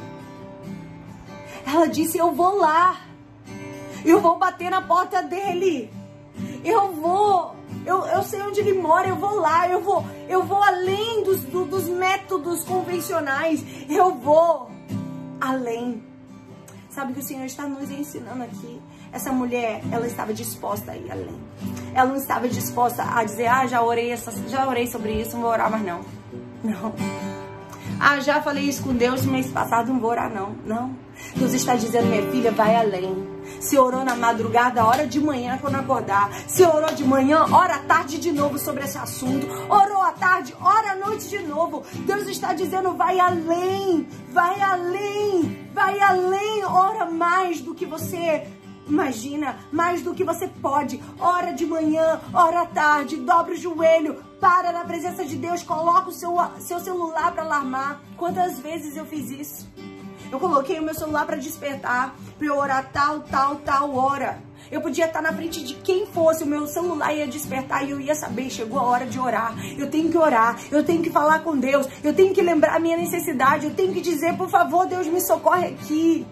Ela disse, eu vou lá. Eu vou bater na porta dele. Eu vou, eu, eu sei onde ele mora, eu vou lá. Eu vou, eu vou além dos, do, dos métodos convencionais. Eu vou além. Sabe o que o Senhor está nos ensinando aqui? Essa mulher, ela estava disposta a ir além. Ela não estava disposta a dizer, ah, já orei, essa, já orei sobre isso, não vou orar mais não. Não. Ah, já falei isso com Deus mês passado, não vou orar não. Não. Deus está dizendo, minha filha, vai além. Se orou na madrugada, ora de manhã quando acordar. Se orou de manhã, ora à tarde de novo sobre esse assunto. Orou à tarde, ora à noite de novo. Deus está dizendo, vai além, vai além, vai além. Ora mais do que você imagina, mais do que você pode. Ora de manhã, ora à tarde, dobra o joelho, para na presença de Deus, coloca o seu, seu celular para alarmar. Quantas vezes eu fiz isso? Eu coloquei o meu celular para despertar, para eu orar tal, tal, tal hora. Eu podia estar na frente de quem fosse, o meu celular ia despertar e eu ia saber, chegou a hora de orar. Eu tenho que orar, eu tenho que falar com Deus, eu tenho que lembrar a minha necessidade, eu tenho que dizer, por favor, Deus, me socorre aqui.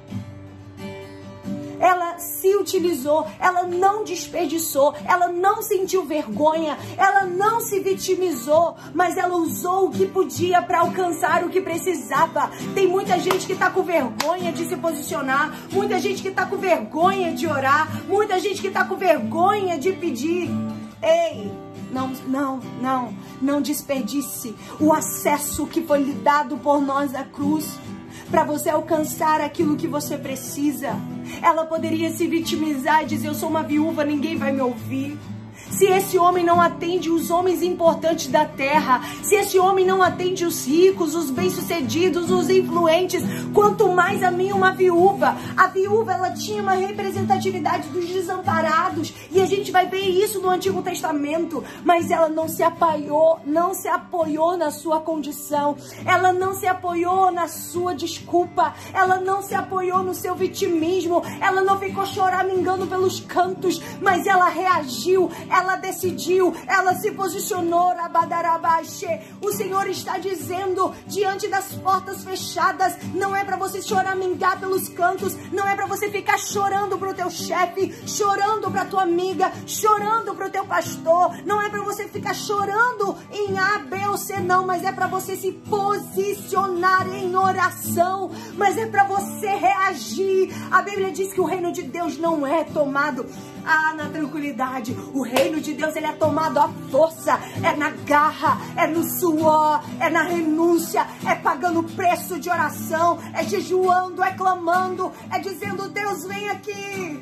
Ela se utilizou, ela não desperdiçou, ela não sentiu vergonha, ela não se vitimizou, mas ela usou o que podia para alcançar o que precisava. Tem muita gente que está com vergonha de se posicionar, muita gente que está com vergonha de orar, muita gente que está com vergonha de pedir. Ei, não, não, não, não desperdice o acesso que foi lhe dado por nós à cruz, para você alcançar aquilo que você precisa. Ela poderia se vitimizar e dizer, eu sou uma viúva, ninguém vai me ouvir. Se esse homem não atende os homens importantes da terra, se esse homem não atende os ricos, os bem-sucedidos, os influentes, quanto mais a mim, uma viúva. A viúva, ela tinha uma representatividade dos desamparados, e a gente vai ver isso no Antigo Testamento, mas ela não se apoiou, não se apoiou na sua condição, ela não se apoiou na sua desculpa, ela não se apoiou no seu vitimismo, ela não ficou choramingando pelos cantos, mas ela reagiu, ela decidiu, ela se posicionou. O Senhor está dizendo, diante das portas fechadas, não é para você choramingar pelos cantos, não é para você ficar chorando pro teu chefe, chorando pra tua amiga, chorando pro teu pastor, não é para você ficar chorando em A, B ou C, não, mas é para você se posicionar em oração, mas é para você reagir. A Bíblia diz que o reino de Deus não é tomado ah, na tranquilidade. O reino de Deus, ele é tomado à força, é na garra, é no suor, é na renúncia, é pagando preço de oração, é jejuando, é clamando, é dizendo: Deus, vem aqui.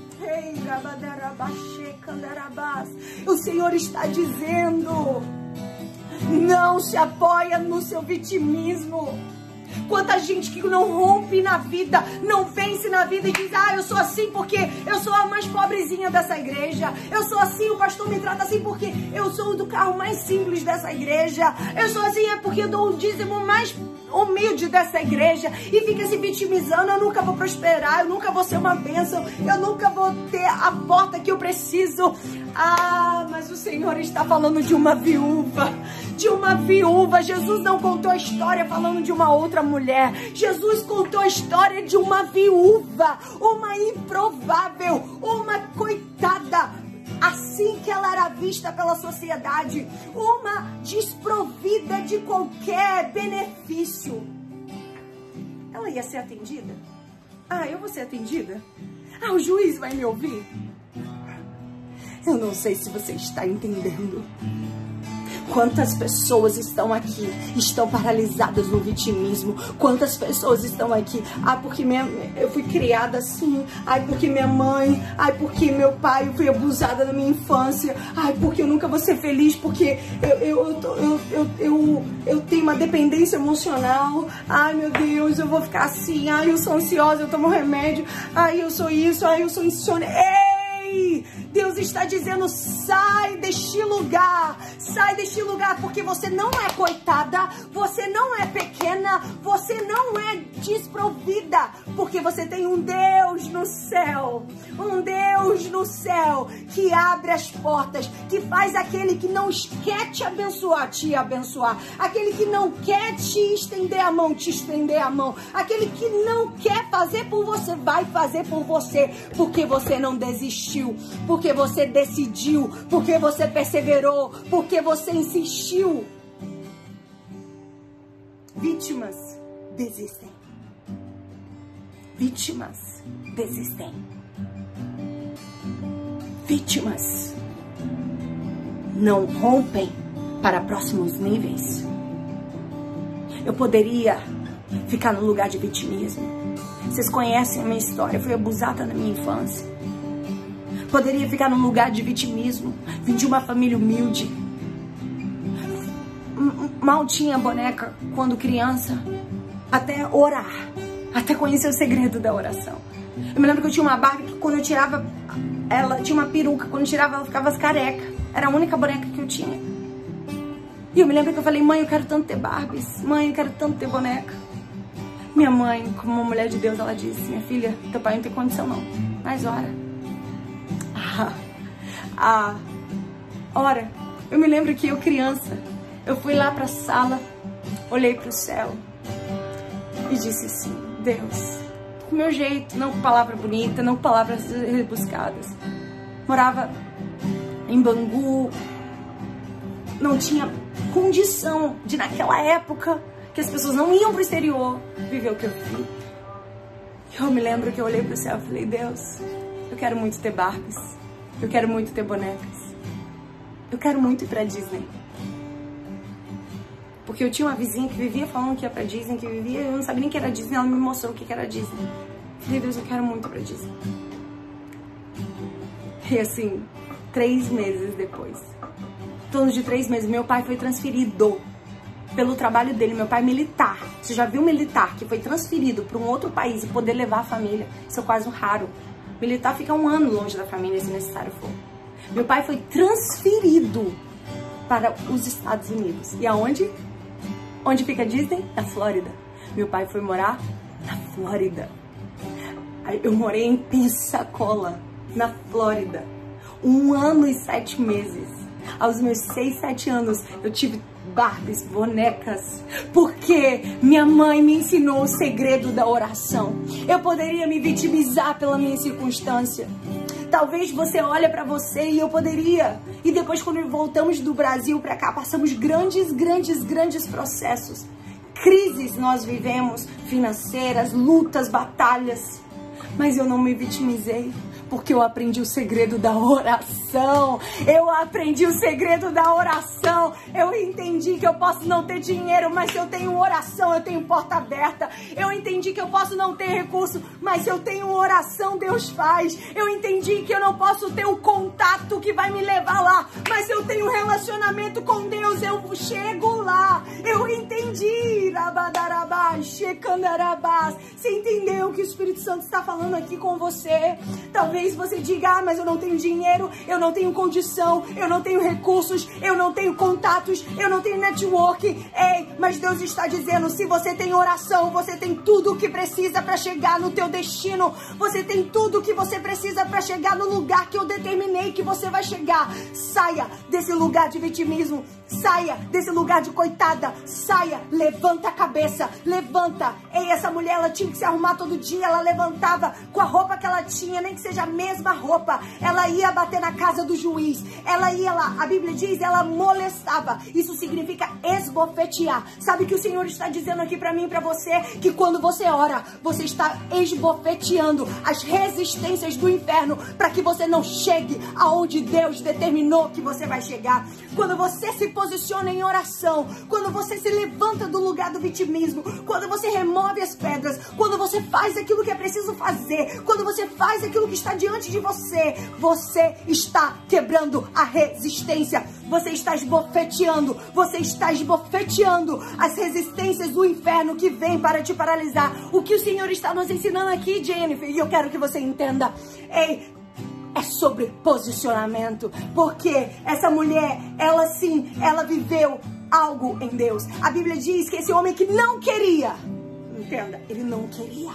O Senhor está dizendo, não se apoia no seu vitimismo. Quanta gente que não rompe na vida, não vence na vida e diz: ah, eu sou assim porque eu sou a mais pobrezinha dessa igreja. Eu sou assim, o pastor me trata assim porque eu sou do carro mais simples dessa igreja. Eu sou assim é porque eu dou o dízimo mais humilde dessa igreja. E fica se vitimizando: eu nunca vou prosperar, eu nunca vou ser uma bênção, eu nunca vou ter a porta que eu preciso. Ah, mas o Senhor está falando de uma viúva, de uma viúva. Jesus não contou a história falando de uma outra mulher. Jesus contou a história de uma viúva, uma improvável, uma coitada, assim que ela era vista pela sociedade, uma desprovida de qualquer benefício. Ela ia ser atendida? Ah, eu vou ser atendida? Ah, o juiz vai me ouvir? Eu não sei se você está entendendo. Quantas pessoas estão aqui, estão paralisadas no vitimismo. Quantas pessoas estão aqui: ah, porque minha, eu fui criada assim. Ai, porque minha mãe. Ai, porque meu pai, eu fui abusada na minha infância. Ai, porque eu nunca vou ser feliz, porque eu, eu, eu, eu, eu, eu, eu tenho uma dependência emocional. Ai, meu Deus, eu vou ficar assim. Ai, eu sou ansiosa, eu tomo remédio. Ai, eu sou isso. Ai, eu sou insônia. Ei! Deus está dizendo: sai deste lugar, sai deste lugar, porque você não é coitada, você não é pequena, você não é desprovida, porque você tem um Deus no céu, um Deus no céu que abre as portas, que faz aquele que não quer te abençoar, te abençoar, aquele que não quer te estender a mão, te estender a mão, aquele que não quer fazer por você, vai fazer por você, porque você não desistiu, porque você decidiu, porque você perseverou, porque você insistiu. Vítimas desistem. Vítimas desistem. Vítimas não rompem para próximos níveis. Eu poderia ficar no lugar de vitimismo. Vocês conhecem a minha história, eu fui abusada na minha infância. Poderia ficar num lugar de vitimismo. Vim de uma família humilde. Mal tinha boneca quando criança. Até orar. Até conhecer o segredo da oração. Eu me lembro que eu tinha uma Barbie que quando eu tirava, ela tinha uma peruca. Quando eu tirava, ela ficava careca. Era a única boneca que eu tinha. E eu me lembro que eu falei: mãe, eu quero tanto ter Barbies. Mãe, eu quero tanto ter boneca. Minha mãe, como uma mulher de Deus, ela disse: minha filha, teu pai não tem condição não. Mas ora. Ah, ah, ora, eu me lembro que eu criança, eu fui lá pra sala, olhei pro céu e disse assim: Deus, com meu jeito, não com palavra bonita, não com palavras rebuscadas. Morava em Bangu, não tinha condição de, naquela época, que as pessoas não iam pro exterior, viver o que eu vi. Eu me lembro que eu olhei pro céu e falei: Deus, eu quero muito ter Barbies. Eu quero muito ter bonecas. Eu quero muito ir pra Disney. Porque eu tinha uma vizinha que vivia falando que ia pra Disney, que vivia... Eu não sabia nem que era Disney, ela me mostrou o que era Disney. Eu falei: Deus, eu quero muito ir pra Disney. E assim, três meses depois, em torno de três meses, meu pai foi transferido pelo trabalho dele. Meu pai é militar. Você já viu um militar que foi transferido para um outro país e poder levar a família? Isso é quase um raro. Militar fica um ano longe da família, se necessário for. Meu pai foi transferido para os Estados Unidos. E aonde? Onde fica a Disney? Na Flórida. Meu pai foi morar na Flórida. Eu morei em Pensacola, na Flórida. Um ano e sete meses. Aos meus seis, sete anos, eu tive Barbies, bonecas, porque minha mãe me ensinou o segredo da oração. Eu poderia me vitimizar pela minha circunstância. Talvez você olhe para você e eu poderia. E depois, quando voltamos do Brasil para cá, passamos grandes, grandes, grandes processos. Crises nós vivemos, financeiras, lutas, batalhas. Mas eu não me vitimizei, porque eu aprendi o segredo da oração. Eu aprendi o segredo da oração. Eu entendi que eu posso não ter dinheiro, mas se eu tenho oração, eu tenho porta aberta. Eu entendi que eu posso não ter recurso, mas se eu tenho oração, Deus faz. Eu entendi que eu não posso ter o contato que vai me levar lá, mas se eu tenho um relacionamento com Deus, eu chego lá. Eu entendi. Você entendeu o que o Espírito Santo está falando aqui com você? Talvez você diga, ah, mas eu não tenho dinheiro, eu não tenho condição, eu não tenho recursos, eu não tenho contatos, eu não tenho network. Ei, mas Deus está dizendo, se você tem oração, você tem tudo o que precisa para chegar no teu destino. Você tem tudo o que você precisa para chegar no lugar que eu determinei que você vai chegar. Saia desse lugar de vitimismo, saia desse lugar de coitada, saia, levanta a cabeça, levanta. Ei, essa mulher, ela tinha que se arrumar todo dia, ela levantava com a roupa que ela tinha, nem que seja a mesma roupa, ela ia bater na casa do juiz, ela ia lá, a Bíblia diz, ela molestava, isso significa esbofetear. Sabe o que o Senhor está dizendo aqui pra mim e pra você? Que quando você ora, você está esbofeteando as resistências do inferno para que você não chegue aonde Deus determinou que você vai chegar. Quando você se posiciona em oração, quando você se levanta do lugar do vitimismo, quando você remove as pedras, quando você faz aquilo que é preciso fazer, quando você faz aquilo que está diante de você, você está quebrando a resistência, você está esbofeteando, você está esbofeteando as resistências do inferno que vem para te paralisar. O que o Senhor está nos ensinando aqui, Jennifer, e eu quero que você entenda, ei, é sobre posicionamento, porque essa mulher, ela sim, ela viveu algo em Deus. A Bíblia diz que esse homem que não queria, entenda, ele não queria,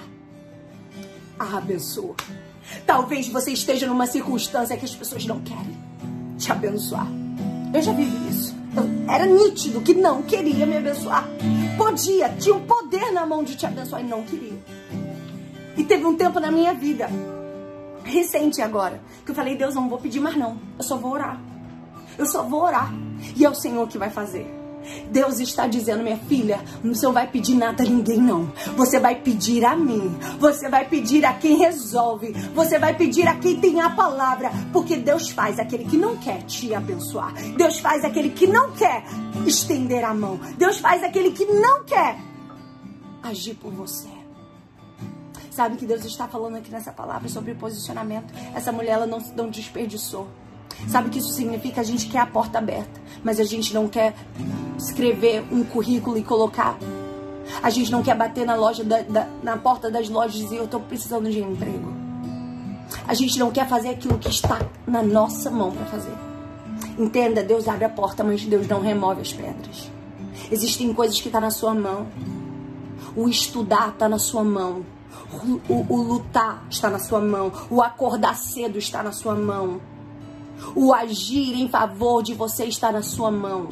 a abençoa. Talvez você esteja numa circunstância que as pessoas não querem te abençoar. Eu já vivi isso. Eu, era nítido que não queria me abençoar. Podia, tinha um poder na mão de te abençoar e não queria. E teve um tempo na minha vida, recente agora, que eu falei, Deus, não vou pedir mais não. Eu só vou orar. Eu só vou orar. E é o Senhor que vai fazer. Deus está dizendo, minha filha, você não vai pedir nada a ninguém não. Você vai pedir a mim. Você vai pedir a quem resolve. Você vai pedir a quem tem a palavra. Porque Deus faz aquele que não quer te abençoar. Deus faz aquele que não quer estender a mão. Deus faz aquele que não quer agir por você. Sabe que Deus está falando aqui nessa palavra sobre posicionamento. Essa mulher, ela não, não desperdiçou. Sabe o que isso significa? A gente quer a porta aberta, mas a gente não quer escrever um currículo e colocar. A gente não quer bater na, loja da, da, na porta das lojas e dizer, eu estou precisando de emprego. A gente não quer fazer aquilo que está na nossa mão para fazer. Entenda, Deus abre a porta, mas Deus não remove as pedras. Existem coisas que estão na sua mão. O estudar está na sua mão. O, o, o lutar está na sua mão. O acordar cedo está na sua mão. O agir em favor de você está na sua mão.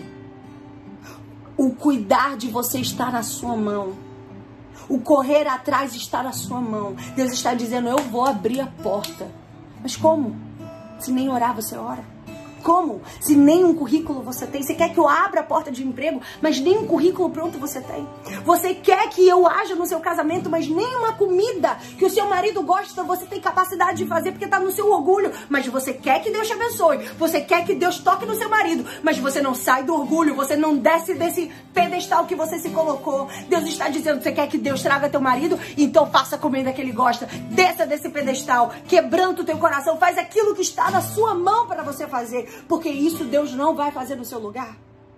O cuidar de você está na sua mão. O correr atrás está na sua mão. Deus está dizendo, eu vou abrir a porta. Mas como? Se nem orar você ora. Como? Se nem um currículo você tem. Você quer que eu abra a porta de emprego, mas nem um currículo pronto você tem. Você quer que eu haja no seu casamento, mas nem uma comida que o seu marido gosta você tem capacidade de fazer porque está no seu orgulho. Mas você quer que Deus te abençoe. Você quer que Deus toque no seu marido, mas você não sai do orgulho. Você não desce desse pedestal que você se colocou. Deus está dizendo, você quer que Deus traga teu marido? Então faça a comida que ele gosta. Desça desse pedestal, quebranta o teu coração. Faz aquilo que está na sua mão para você fazer. Porque isso Deus não vai fazer no seu lugar.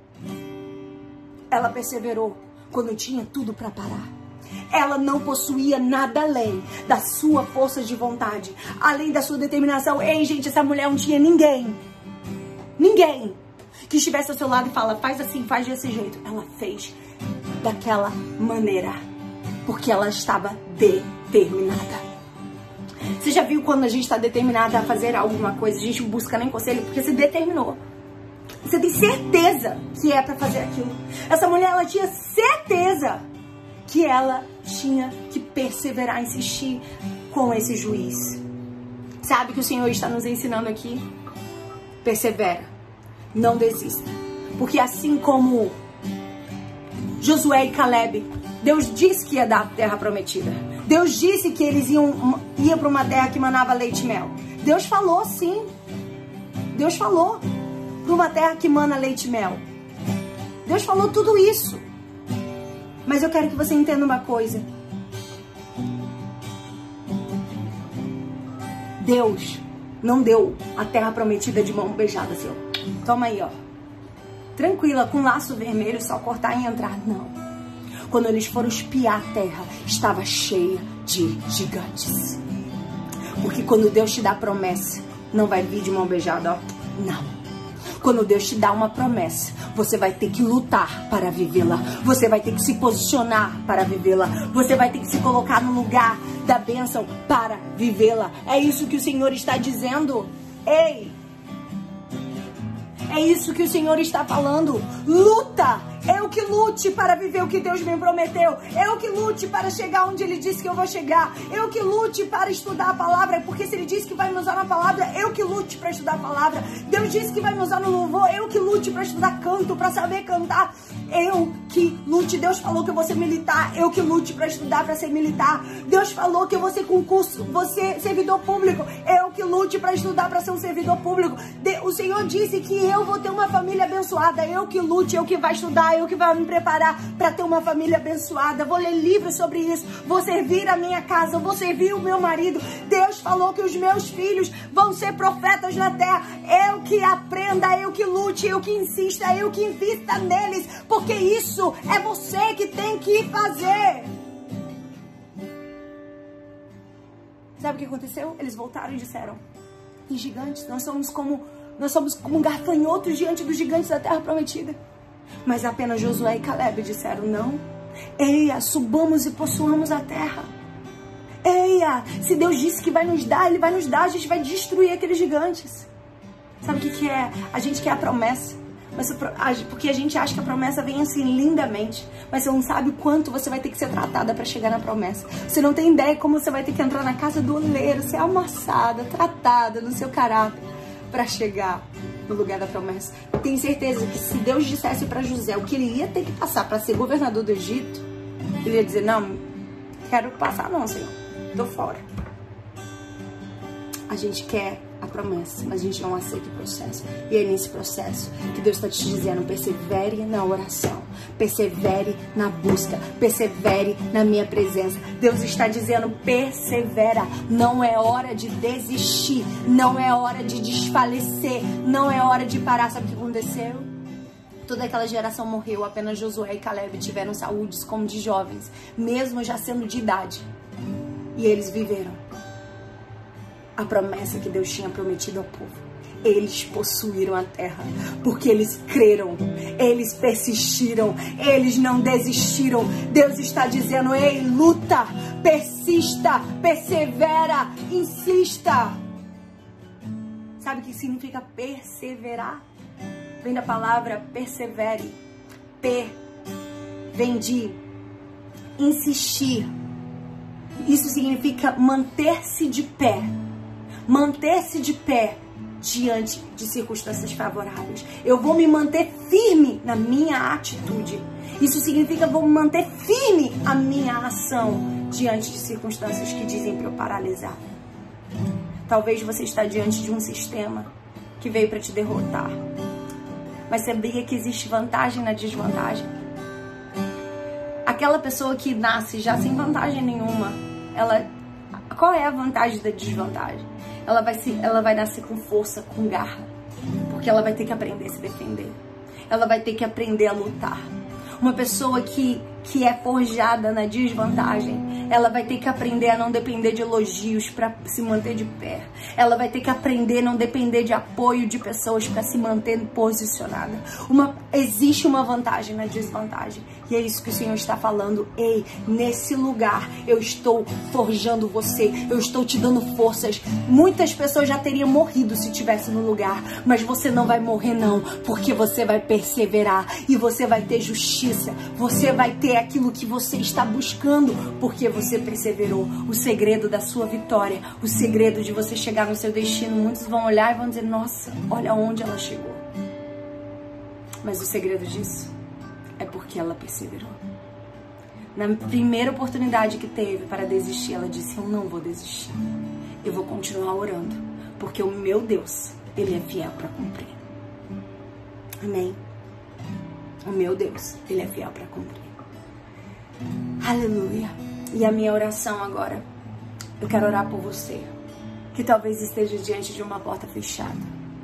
Ela perseverou quando tinha tudo para parar. Ela não possuía nada além da sua força de vontade, além da sua determinação. Ei, gente, essa mulher não tinha ninguém, ninguém que estivesse ao seu lado e fala, faz assim, faz desse jeito. Ela fez daquela maneira, porque ela estava determinada. Você já viu quando a gente está determinada a fazer alguma coisa, a gente busca nem conselho porque você determinou. Você tem certeza que é para fazer aquilo. Essa mulher, ela tinha certeza que ela tinha que perseverar, insistir com esse juiz. Sabe que o Senhor está nos ensinando aqui? Persevera, não desista. Porque assim como Josué e Caleb, Deus disse que ia dar a terra prometida. Deus disse que eles iam, iam para uma terra que manava leite e mel. Deus falou sim. Deus falou para uma terra que mana leite e mel. Deus falou tudo isso. Mas eu quero que você entenda uma coisa. Deus não deu a terra prometida de mão beijada, assim, ó. Toma aí, ó. Tranquila, com laço vermelho, só cortar e entrar. Não. Quando eles foram espiar a terra, estava cheia de gigantes. Porque quando Deus te dá promessa, não vai vir de mão beijada, ó. Não. Quando Deus te dá uma promessa, você vai ter que lutar para vivê-la. Você vai ter que se posicionar para vivê-la. Você vai ter que se colocar no lugar da bênção para vivê-la. É isso que o Senhor está dizendo. Ei! É isso que o Senhor está falando. Luta! Eu que lute para viver o que Deus me prometeu. Eu que lute para chegar onde Ele disse que eu vou chegar. Eu que lute para estudar a palavra. Porque se Ele disse que vai me usar na palavra, eu que lute para estudar a palavra. Deus disse que vai me usar no louvor. Eu que lute para estudar canto, para saber cantar. Eu que lute. Deus falou que eu vou ser militar. Eu que lute para estudar, para ser militar. Deus falou que eu vou ser concurso, vou ser servidor público. Eu que lute para estudar, para ser um servidor público. O Senhor disse que eu vou ter uma família abençoada. Eu que lute, eu que vai estudar, eu que vai me preparar para ter uma família abençoada. Vou ler livros sobre isso. Vou servir a minha casa. Vou servir o meu marido. Deus falou que os meus filhos vão ser profetas na terra. Eu que aprenda, eu que lute, eu que insista, eu que invista neles. Porque isso é você que tem que fazer. Sabe o que aconteceu? Eles voltaram e disseram: e gigantes, nós somos como nós somos como gafanhotos diante dos gigantes da terra prometida. Mas apenas Josué e Caleb disseram: não. Eia, subamos e possuamos a terra. Eia, se Deus disse que vai nos dar, Ele vai nos dar. A gente vai destruir aqueles gigantes. Sabe o que, que é? A gente quer a promessa. Mas, porque a gente acha que a promessa vem assim lindamente. Mas você não sabe o quanto você vai ter que ser tratada para chegar na promessa. Você não tem ideia como você vai ter que entrar na casa do oleiro, ser amassada, tratada no seu caráter para chegar no lugar da promessa. Eu tenho certeza que se Deus dissesse para José o que ele ia ter que passar para ser governador do Egito, ele ia dizer: não, quero passar não, Senhor, tô fora. A gente quer a promessa, mas a gente não aceita o processo. E é nesse processo que Deus está te dizendo: persevere na oração, persevere na busca, persevere na minha presença. Deus está dizendo: persevera. Não é hora de desistir, não é hora de desfalecer, não é hora de parar. Sabe o que aconteceu? Toda aquela geração morreu, apenas Josué e Caleb tiveram saúdes como de jovens, mesmo já sendo de idade. E eles viveram a promessa que Deus tinha prometido ao povo. Eles possuíram a terra, porque eles creram, eles persistiram, eles não desistiram. Deus está dizendo: ei, luta, persista, persevera, insista. Sabe o que significa perseverar? Vem da palavra persevere. Per, vem de insistir. Isso significa manter-se de pé. Manter-se de pé diante de circunstâncias favoráveis. Eu vou me manter firme na minha atitude. Isso significa vou manter firme a minha ação diante de circunstâncias que dizem para eu paralisar. Talvez você está diante de um sistema que veio para te derrotar. Mas sabia que existe vantagem na desvantagem? Aquela pessoa que nasce já sem vantagem nenhuma, ela, qual é a vantagem da desvantagem? Ela vai, se, ela vai nascer com força, com garra, porque ela vai ter que aprender a se defender. Ela vai ter que aprender a lutar. Uma pessoa que, que é forjada na desvantagem, ela vai ter que aprender a não depender de elogios para se manter de pé. Ela vai ter que aprender a não depender de apoio de pessoas para se manter posicionada. Uma, existe uma vantagem na desvantagem. E é isso que o Senhor está falando. Ei, nesse lugar eu estou forjando você. Eu estou te dando forças. Muitas pessoas já teriam morrido se estivesse no lugar. Mas você não vai morrer não. Porque você vai perseverar. E você vai ter justiça. Você vai ter aquilo que você está buscando. Porque você perseverou. O segredo da sua vitória. O segredo de você chegar no seu destino. Muitos vão olhar e vão dizer, nossa, olha onde ela chegou. Mas o segredo disso é porque ela perseverou. Na primeira oportunidade que teve para desistir, ela disse, eu não vou desistir. Eu vou continuar orando. Porque o meu Deus, Ele é fiel para cumprir. Amém? O meu Deus, Ele é fiel para cumprir. Aleluia. E a minha oração agora, eu quero orar por você, que talvez esteja diante de uma porta fechada.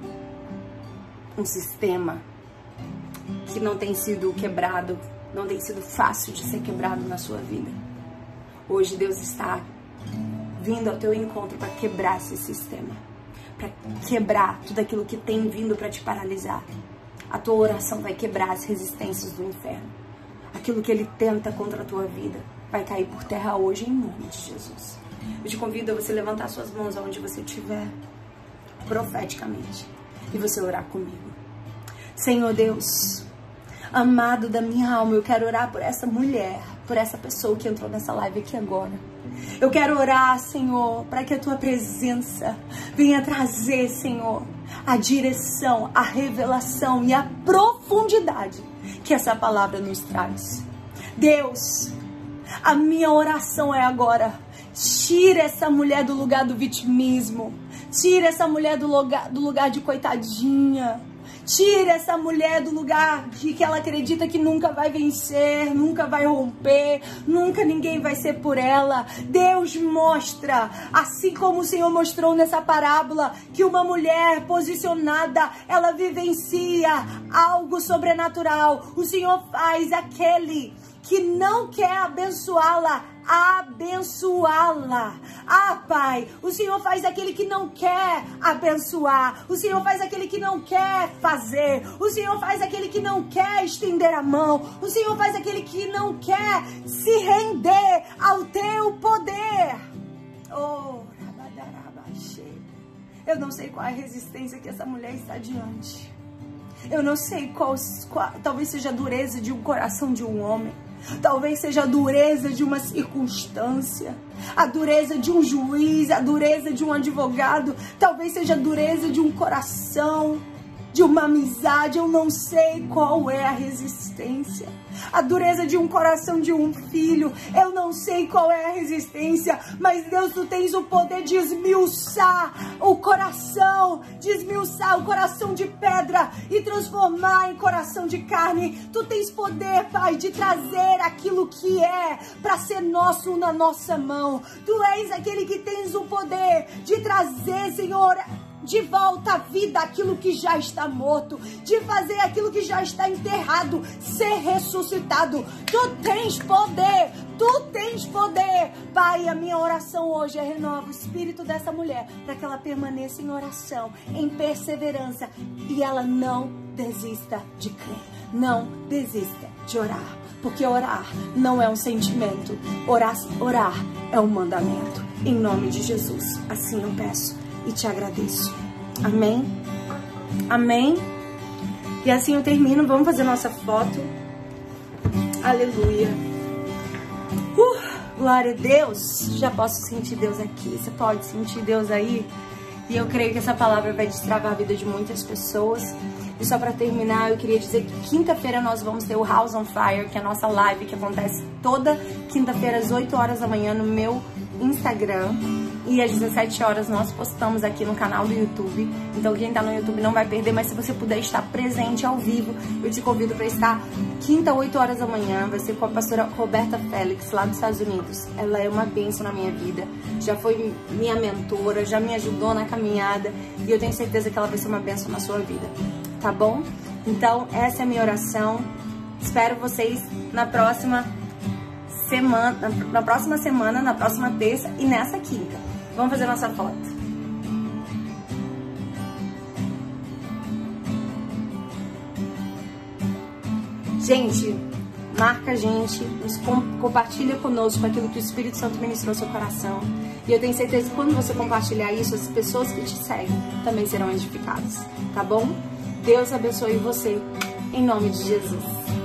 Um sistema que não tem sido quebrado, não tem sido fácil de ser quebrado na sua vida. Hoje Deus está vindo ao teu encontro para quebrar esse sistema, para quebrar tudo aquilo que tem vindo para te paralisar. A tua oração vai quebrar as resistências do inferno. Aquilo que ele tenta contra a tua vida vai cair por terra hoje em nome de Jesus. Eu te convido a você levantar suas mãos aonde você estiver, profeticamente, e você orar comigo. Senhor Deus, amado da minha alma, eu quero orar por essa mulher, por essa pessoa que entrou nessa live aqui agora. Eu quero orar, Senhor, para que a tua presença venha trazer, Senhor, a direção, a revelação e a profundidade que essa palavra nos traz. Deus, a minha oração é agora, tira essa mulher do lugar do vitimismo, tira essa mulher do lugar, do lugar de coitadinha, tira essa mulher do lugar de que ela acredita que nunca vai vencer, nunca vai romper, nunca ninguém vai ser por ela. Deus mostra, assim como o Senhor mostrou nessa parábola, que uma mulher posicionada, ela vivencia algo sobrenatural. O Senhor faz aquele que não quer abençoá-la, abençoá-la. Ah, Pai, o Senhor faz aquele que não quer abençoar. O Senhor faz aquele que não quer fazer. O Senhor faz aquele que não quer estender a mão. O Senhor faz aquele que não quer se render ao teu poder. Oh, eu não sei qual é a resistência que essa mulher está diante. Eu não sei qual, qual talvez seja a dureza de um coração de um homem. Talvez seja a dureza de uma circunstância, a dureza de um juiz, a dureza de um advogado, talvez seja a dureza de um coração, de uma amizade. Eu não sei qual é a resistência. A dureza de um coração de um filho, eu não sei qual é a resistência, mas Deus, tu tens o poder de esmiuçar o coração, de esmiuçar o coração de pedra e transformar em coração de carne. Tu tens poder, Pai, de trazer aquilo que é para ser nosso na nossa mão. Tu és aquele que tens o poder de trazer, Senhor, de volta à vida aquilo que já está morto, de fazer aquilo que já está enterrado ser ressuscitado. Tu tens poder, tu tens poder. Pai, a minha oração hoje é renova o espírito dessa mulher, para que ela permaneça em oração, em perseverança, e ela não desista de crer, não desista de orar, porque orar não é um sentimento, orar, orar é um mandamento. Em nome de Jesus, assim eu peço e te agradeço. Amém? Amém? E assim eu termino. Vamos fazer nossa foto. Aleluia. Uh, glória a Deus. Já posso sentir Deus aqui. Você pode sentir Deus aí? E eu creio que essa palavra vai destravar a vida de muitas pessoas. E só para terminar, eu queria dizer que quinta-feira nós vamos ter o House on Fire, que é a nossa live que acontece toda quinta-feira às oito horas da manhã no meu Instagram. E às dezessete horas nós postamos aqui no canal do YouTube. Então quem tá no YouTube não vai perder, mas se você puder estar presente ao vivo, eu te convido para estar quinta, oito horas da manhã. Vai ser com a pastora Roberta Félix, lá dos Estados Unidos. Ela é uma bênção na minha vida. Já foi minha mentora, já me ajudou na caminhada. E eu tenho certeza que ela vai ser uma bênção na sua vida. Tá bom? Então essa é a minha oração. Espero vocês na próxima semana, na próxima semana, na próxima terça e nessa quinta. Vamos fazer nossa foto. Gente, marca a gente, nos com, compartilha conosco aquilo que o Espírito Santo ministrou ao seu coração. E eu tenho certeza que quando você compartilhar isso, as pessoas que te seguem também serão edificadas, tá bom? Deus abençoe você, em nome de Jesus.